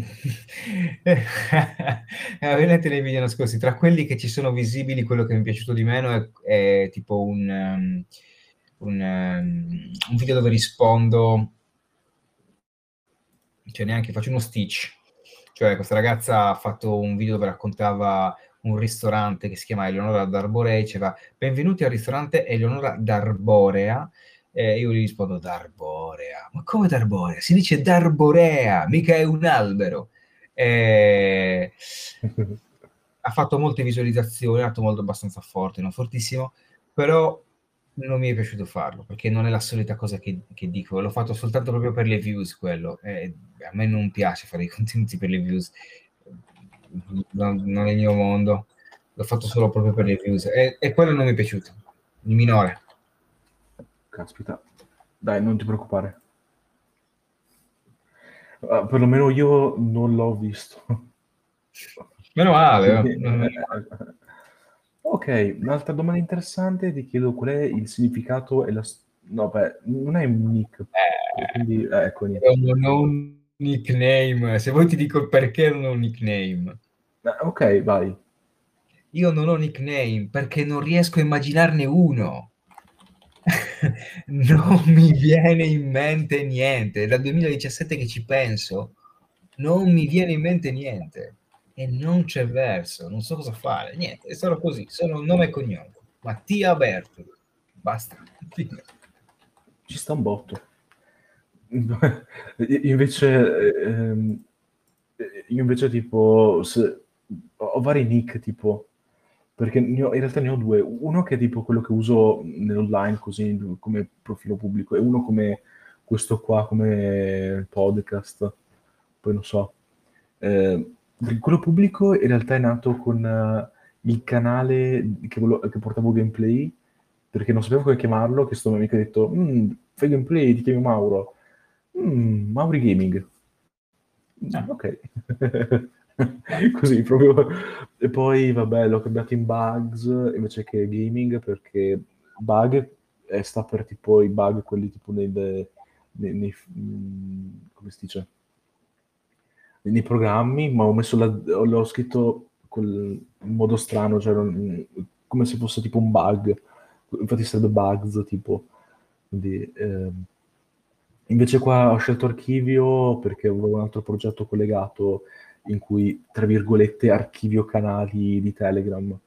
Ovviamente nei video nascosti. Tra quelli che ci sono visibili, quello che mi è piaciuto di meno è tipo un video dove rispondo, cioè neanche faccio uno stitch. Cioè questa ragazza ha fatto un video dove raccontava un ristorante che si chiama Eleonora d'Arborea, diceva benvenuti al ristorante Eleonora d'Arborea, e io gli rispondo d'Arborea, ma come d'Arborea? Si dice d'Arborea, mica è un albero. E ha fatto molte visualizzazioni, ha fatto molto abbastanza forte, non fortissimo, però non mi è piaciuto farlo perché non è la solita cosa che dico. L'ho fatto soltanto proprio per le views. Quello a me non piace fare i contenuti per le views, non è il mio mondo. L'ho fatto solo proprio per le views e quello non mi è piaciuto, il minore. Caspita. Dai, non ti preoccupare. Perlomeno io non l'ho visto. Meno male, Quindi, ok, un'altra domanda interessante, ti chiedo qual è il significato e la... No, beh, non è un nick, quindi ecco niente. non ho un nickname. Se vuoi ti dico il perché non ho un nickname. Ok, vai. Io non ho nickname perché non riesco a immaginarne uno. Non mi viene in mente niente. È dal 2017 che ci penso, non mi viene in mente niente. E non c'è verso, non so cosa fare. Niente, è solo così, sono nome e cognome. Mattia Berto. Basta. Fine. Ci sta un botto. Invece, io invece tipo, ho vari nick tipo, perché in realtà ne ho due. Uno che è tipo quello che uso nell'online così come profilo pubblico e uno come questo qua, come podcast. Poi non so. Quello pubblico in realtà è nato con il canale che portavo gameplay, perché non sapevo come chiamarlo, che sto mio amico ha detto, fai gameplay, ti chiami Mauro. Mauri Gaming. Ah, Ok. Così proprio. E poi, vabbè, l'ho cambiato in Bugs invece che Gaming, perché Bug sta per tipo i bug, quelli tipo come si dice? Nei programmi, ma ho messo l'ho scritto in modo strano, cioè come se fosse tipo un bug. Infatti sarebbe bugs, tipo. Quindi, invece qua ho scelto archivio perché avevo un altro progetto collegato in cui, tra virgolette, archivio canali di Telegram.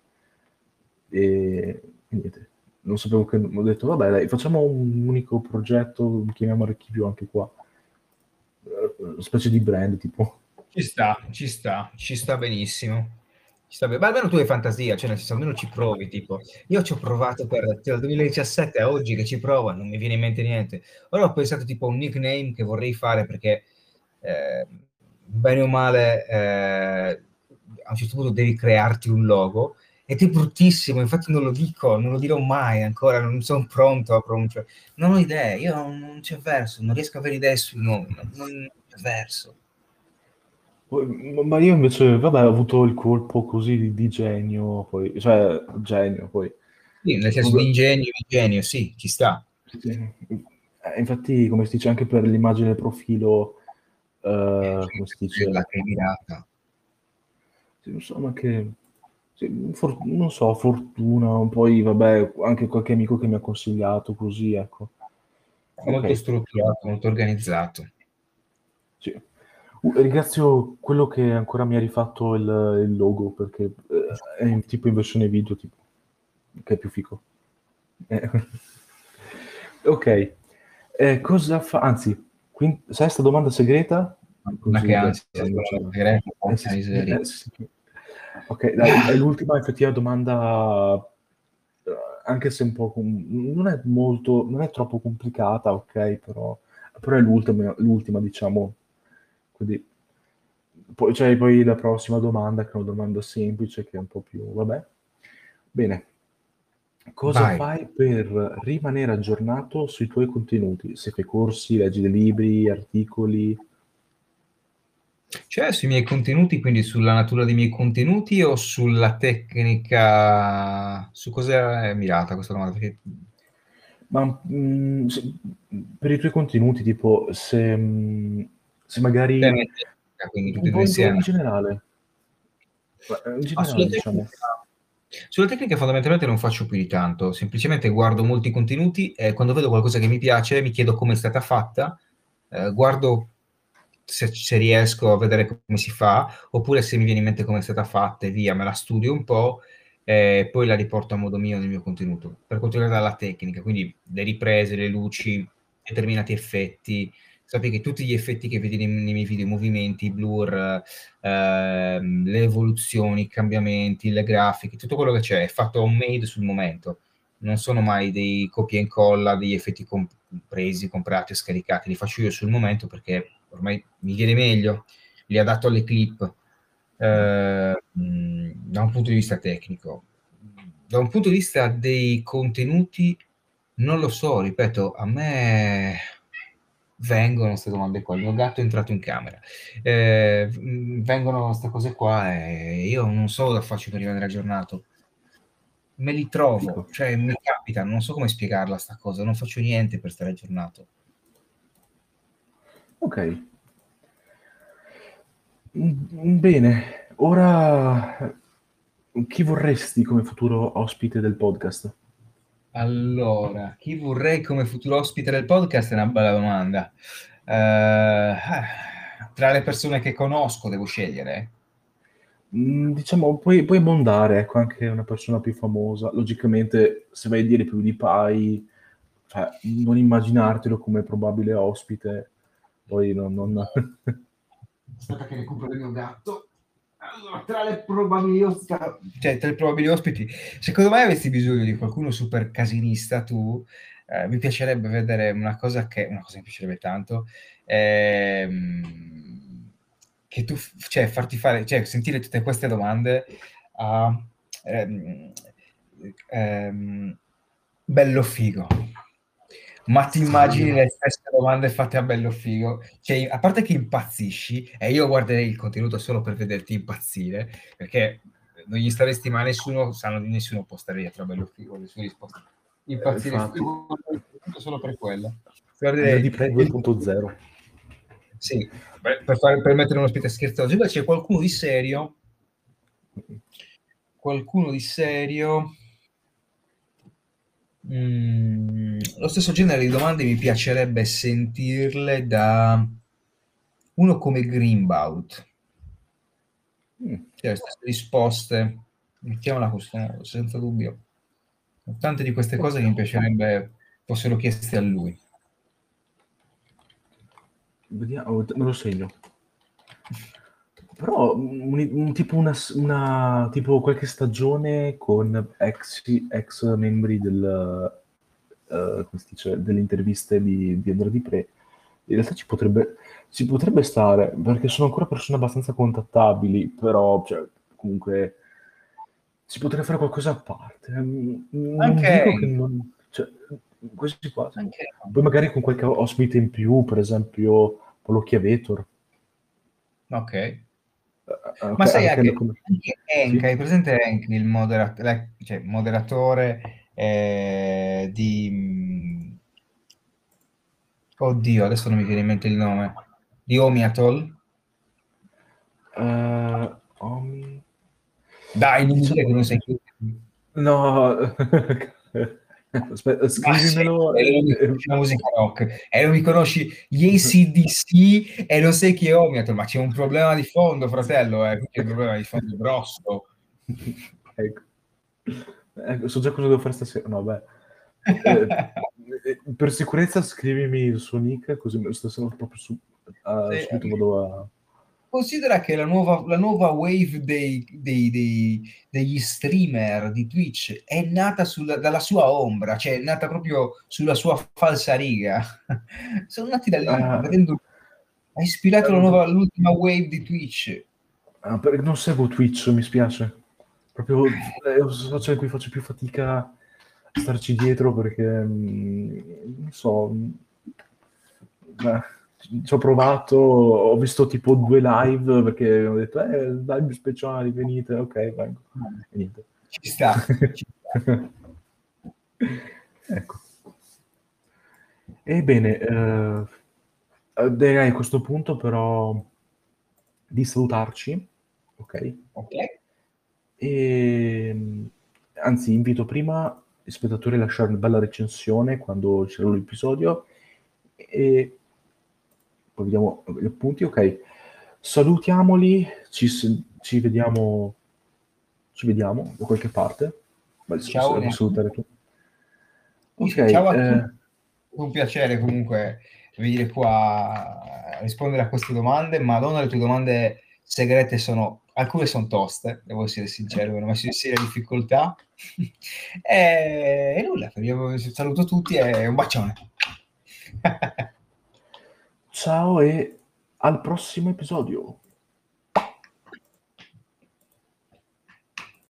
E niente, non sapevo che... Ho detto, vabbè, dai, facciamo un unico progetto, chiamiamo archivio anche qua. Una specie di brand, tipo. ci sta benissimo. Ci sta ma almeno tu hai fantasia, cioè nel senso almeno ci provi, tipo. Io ci ho provato dal 2017 a oggi che ci provo, non mi viene in mente niente. Ora ho pensato tipo a un nickname che vorrei fare perché bene o male a un certo punto devi crearti un logo ed è bruttissimo, infatti non lo dico, non lo dirò mai ancora, non sono pronto a pronunciare. Non ho idee, io non c'è verso, non riesco a avere idee sui nomi, non c'è verso. Ma io invece, vabbè, ho avuto il colpo così di genio, poi, cioè, genio, poi. Sì, nel senso Vabbè, di ingegno, sì, ci sta. sì. Infatti, come si dice anche per l'immagine del profilo, come si dice? La che è virata. Sì, insomma che sì, non so, fortuna, poi vabbè, anche qualche amico che mi ha consigliato così, ecco. È molto Ok, strutturato, molto organizzato. sì. Ringrazio quello che ancora mi ha rifatto il logo, perché è tipo in versione video, tipo, che è più figo. Eh. Ok, cosa fa? Anzi, sesta domanda segreta, Ma così che beh, ansia, non secondo c'è. me, segreto, Sì, porca sì, miseria. sì, sì. Ok, dai, è l'ultima effettiva domanda, anche se un po' non è molto, non è troppo complicata, ok, però è l'ultima, diciamo. Quindi poi c'è poi la prossima domanda, che è una domanda semplice, che è un po' più, vabbè. Bene, cosa Vai. fai per rimanere aggiornato sui tuoi contenuti? Se fai corsi, leggi dei libri, articoli? Cioè sui miei contenuti, quindi sulla natura dei miei contenuti o sulla tecnica, su cosa è mirata questa domanda? Perché Ma per i tuoi contenuti, tipo, se magari temi e tecnica, quindi tutte e un due po' in insieme. generale, ma, in Ma generale, diciamo. sulla tecnica fondamentalmente non faccio più di tanto, semplicemente guardo molti contenuti e quando vedo qualcosa che mi piace mi chiedo come è stata fatta, guardo se riesco a vedere come si fa, oppure se mi viene in mente come è stata fatta e via, me la studio un po' e poi la riporto a modo mio nel mio contenuto. Per quanto riguarda la tecnica, quindi le riprese, le luci, determinati effetti, sappi che tutti gli effetti che vedi nei miei video, i movimenti, i blur, le evoluzioni, i cambiamenti, le grafiche, tutto quello che c'è è fatto homemade sul momento. Non sono mai dei copia e incolla, degli effetti presi, comprati o scaricati, li faccio io sul momento perché ormai mi viene meglio, li adatto alle clip da un punto di vista tecnico. Da un punto di vista dei contenuti, non lo so, ripeto, a me vengono queste domande qua. Il mio gatto è entrato in camera. Vengono queste cose qua e io non so cosa faccio per rimanere aggiornato. Me li trovo, Fico. cioè mi capita, non so come spiegarla sta cosa, non faccio niente per stare aggiornato. Ok. Bene, ora chi vorresti come futuro ospite del podcast? Allora, chi vorrei come futuro ospite del podcast è una bella domanda. Tra le persone che conosco devo scegliere. Diciamo, puoi abbondare, ecco, anche una persona più famosa. Logicamente, se vai a dire più di Pai, cioè, non immaginartelo come probabile ospite, poi non. Aspetta che recupero il mio gatto. Allora, tra le probabili ospiti, secondo me avessi bisogno di qualcuno super casinista, tu, mi piacerebbe vedere una cosa che mi piacerebbe tanto, che tu, cioè, farti fare, cioè, sentire tutte queste domande a, ehm, ehm, bello figo. Ma ti immagini Sì. le stesse domande fatte a bello figo? Cioè, a parte che impazzisci, e io guarderei il contenuto solo per vederti impazzire, perché non gli staresti mai nessuno, sanno di nessuno può stare dietro a bello figo, le sue risposte. Impazzire, Infatti, io guarderei il contenuto solo per quello. Under Guarderei di Pre il 2.0. sì, per mettere uno spirito scherzoso. Invece qualcuno di serio, lo stesso genere di domande mi piacerebbe sentirle da uno come Greenbaut. Mm, Cioè, le stesse risposte, mettiamola così, senza dubbio. Tante di queste cose che mi piacerebbe fossero chieste a lui. vediamo, me lo segno. Però tipo tipo qualche stagione con ex membri come si dice, delle interviste di Andrea Di Pre, in realtà ci potrebbe stare, perché sono ancora persone abbastanza contattabili, però cioè, comunque si potrebbe fare qualcosa a parte. Non Anche dico che Hank, non. Cioè, quasi quasi. anche Poi Hank. magari con qualche ospite in più, per esempio Paolo Chiavetor. Ok. Ma Ok, sai anche anche, come. anche Hank, Sì? hai presente Hank, il cioè, moderatore di... Oddio, adesso non mi viene in mente il nome. di Omiatol. Omi... Dai, non mi dire che Diciamo... non sei... No, aspetta, Ma sì, scrivimelo. e non mi conosci la musica rock, e non mi conosci gli AC/DC e lo sai chi è Omiatol, ma c'è un problema di fondo, fratello, c'è un problema di fondo grosso. Ecco. Ecco, so già cosa devo fare stasera. No, beh. Eh, per sicurezza scrivimi il suo nick, così stasera proprio Sì, subito vado a... considera che la nuova wave degli streamer di Twitch è nata dalla sua ombra, cioè è nata proprio sulla sua falsariga. Sono nati da lì, Ah, ha ispirato l'ultima wave di Twitch. perché non seguo Twitch, mi spiace. Proprio è una situazione in cui faccio più fatica a starci dietro perché, non so, beh, ci ho provato, ho visto tipo 2 live perché ho detto, live speciali, venite, ok, vengo. E niente. Ci sta, ci sta. Ecco. Ebbene, direi a questo punto però di salutarci, ok? Ok? E, anzi, invito prima gli spettatori a lasciare una bella recensione quando c'era l'episodio e poi vediamo gli appunti, ok. Salutiamoli, ci vediamo da qualche parte. Beh, se Ciao, devo salutare tu. Ok, ciao a tutti, è un piacere comunque venire qua a rispondere a queste domande, ma non le tue domande segrete alcune sono toste, devo essere sincero, mi hanno messo in seria difficoltà. E nulla, saluto tutti e un bacione. ciao e al prossimo episodio.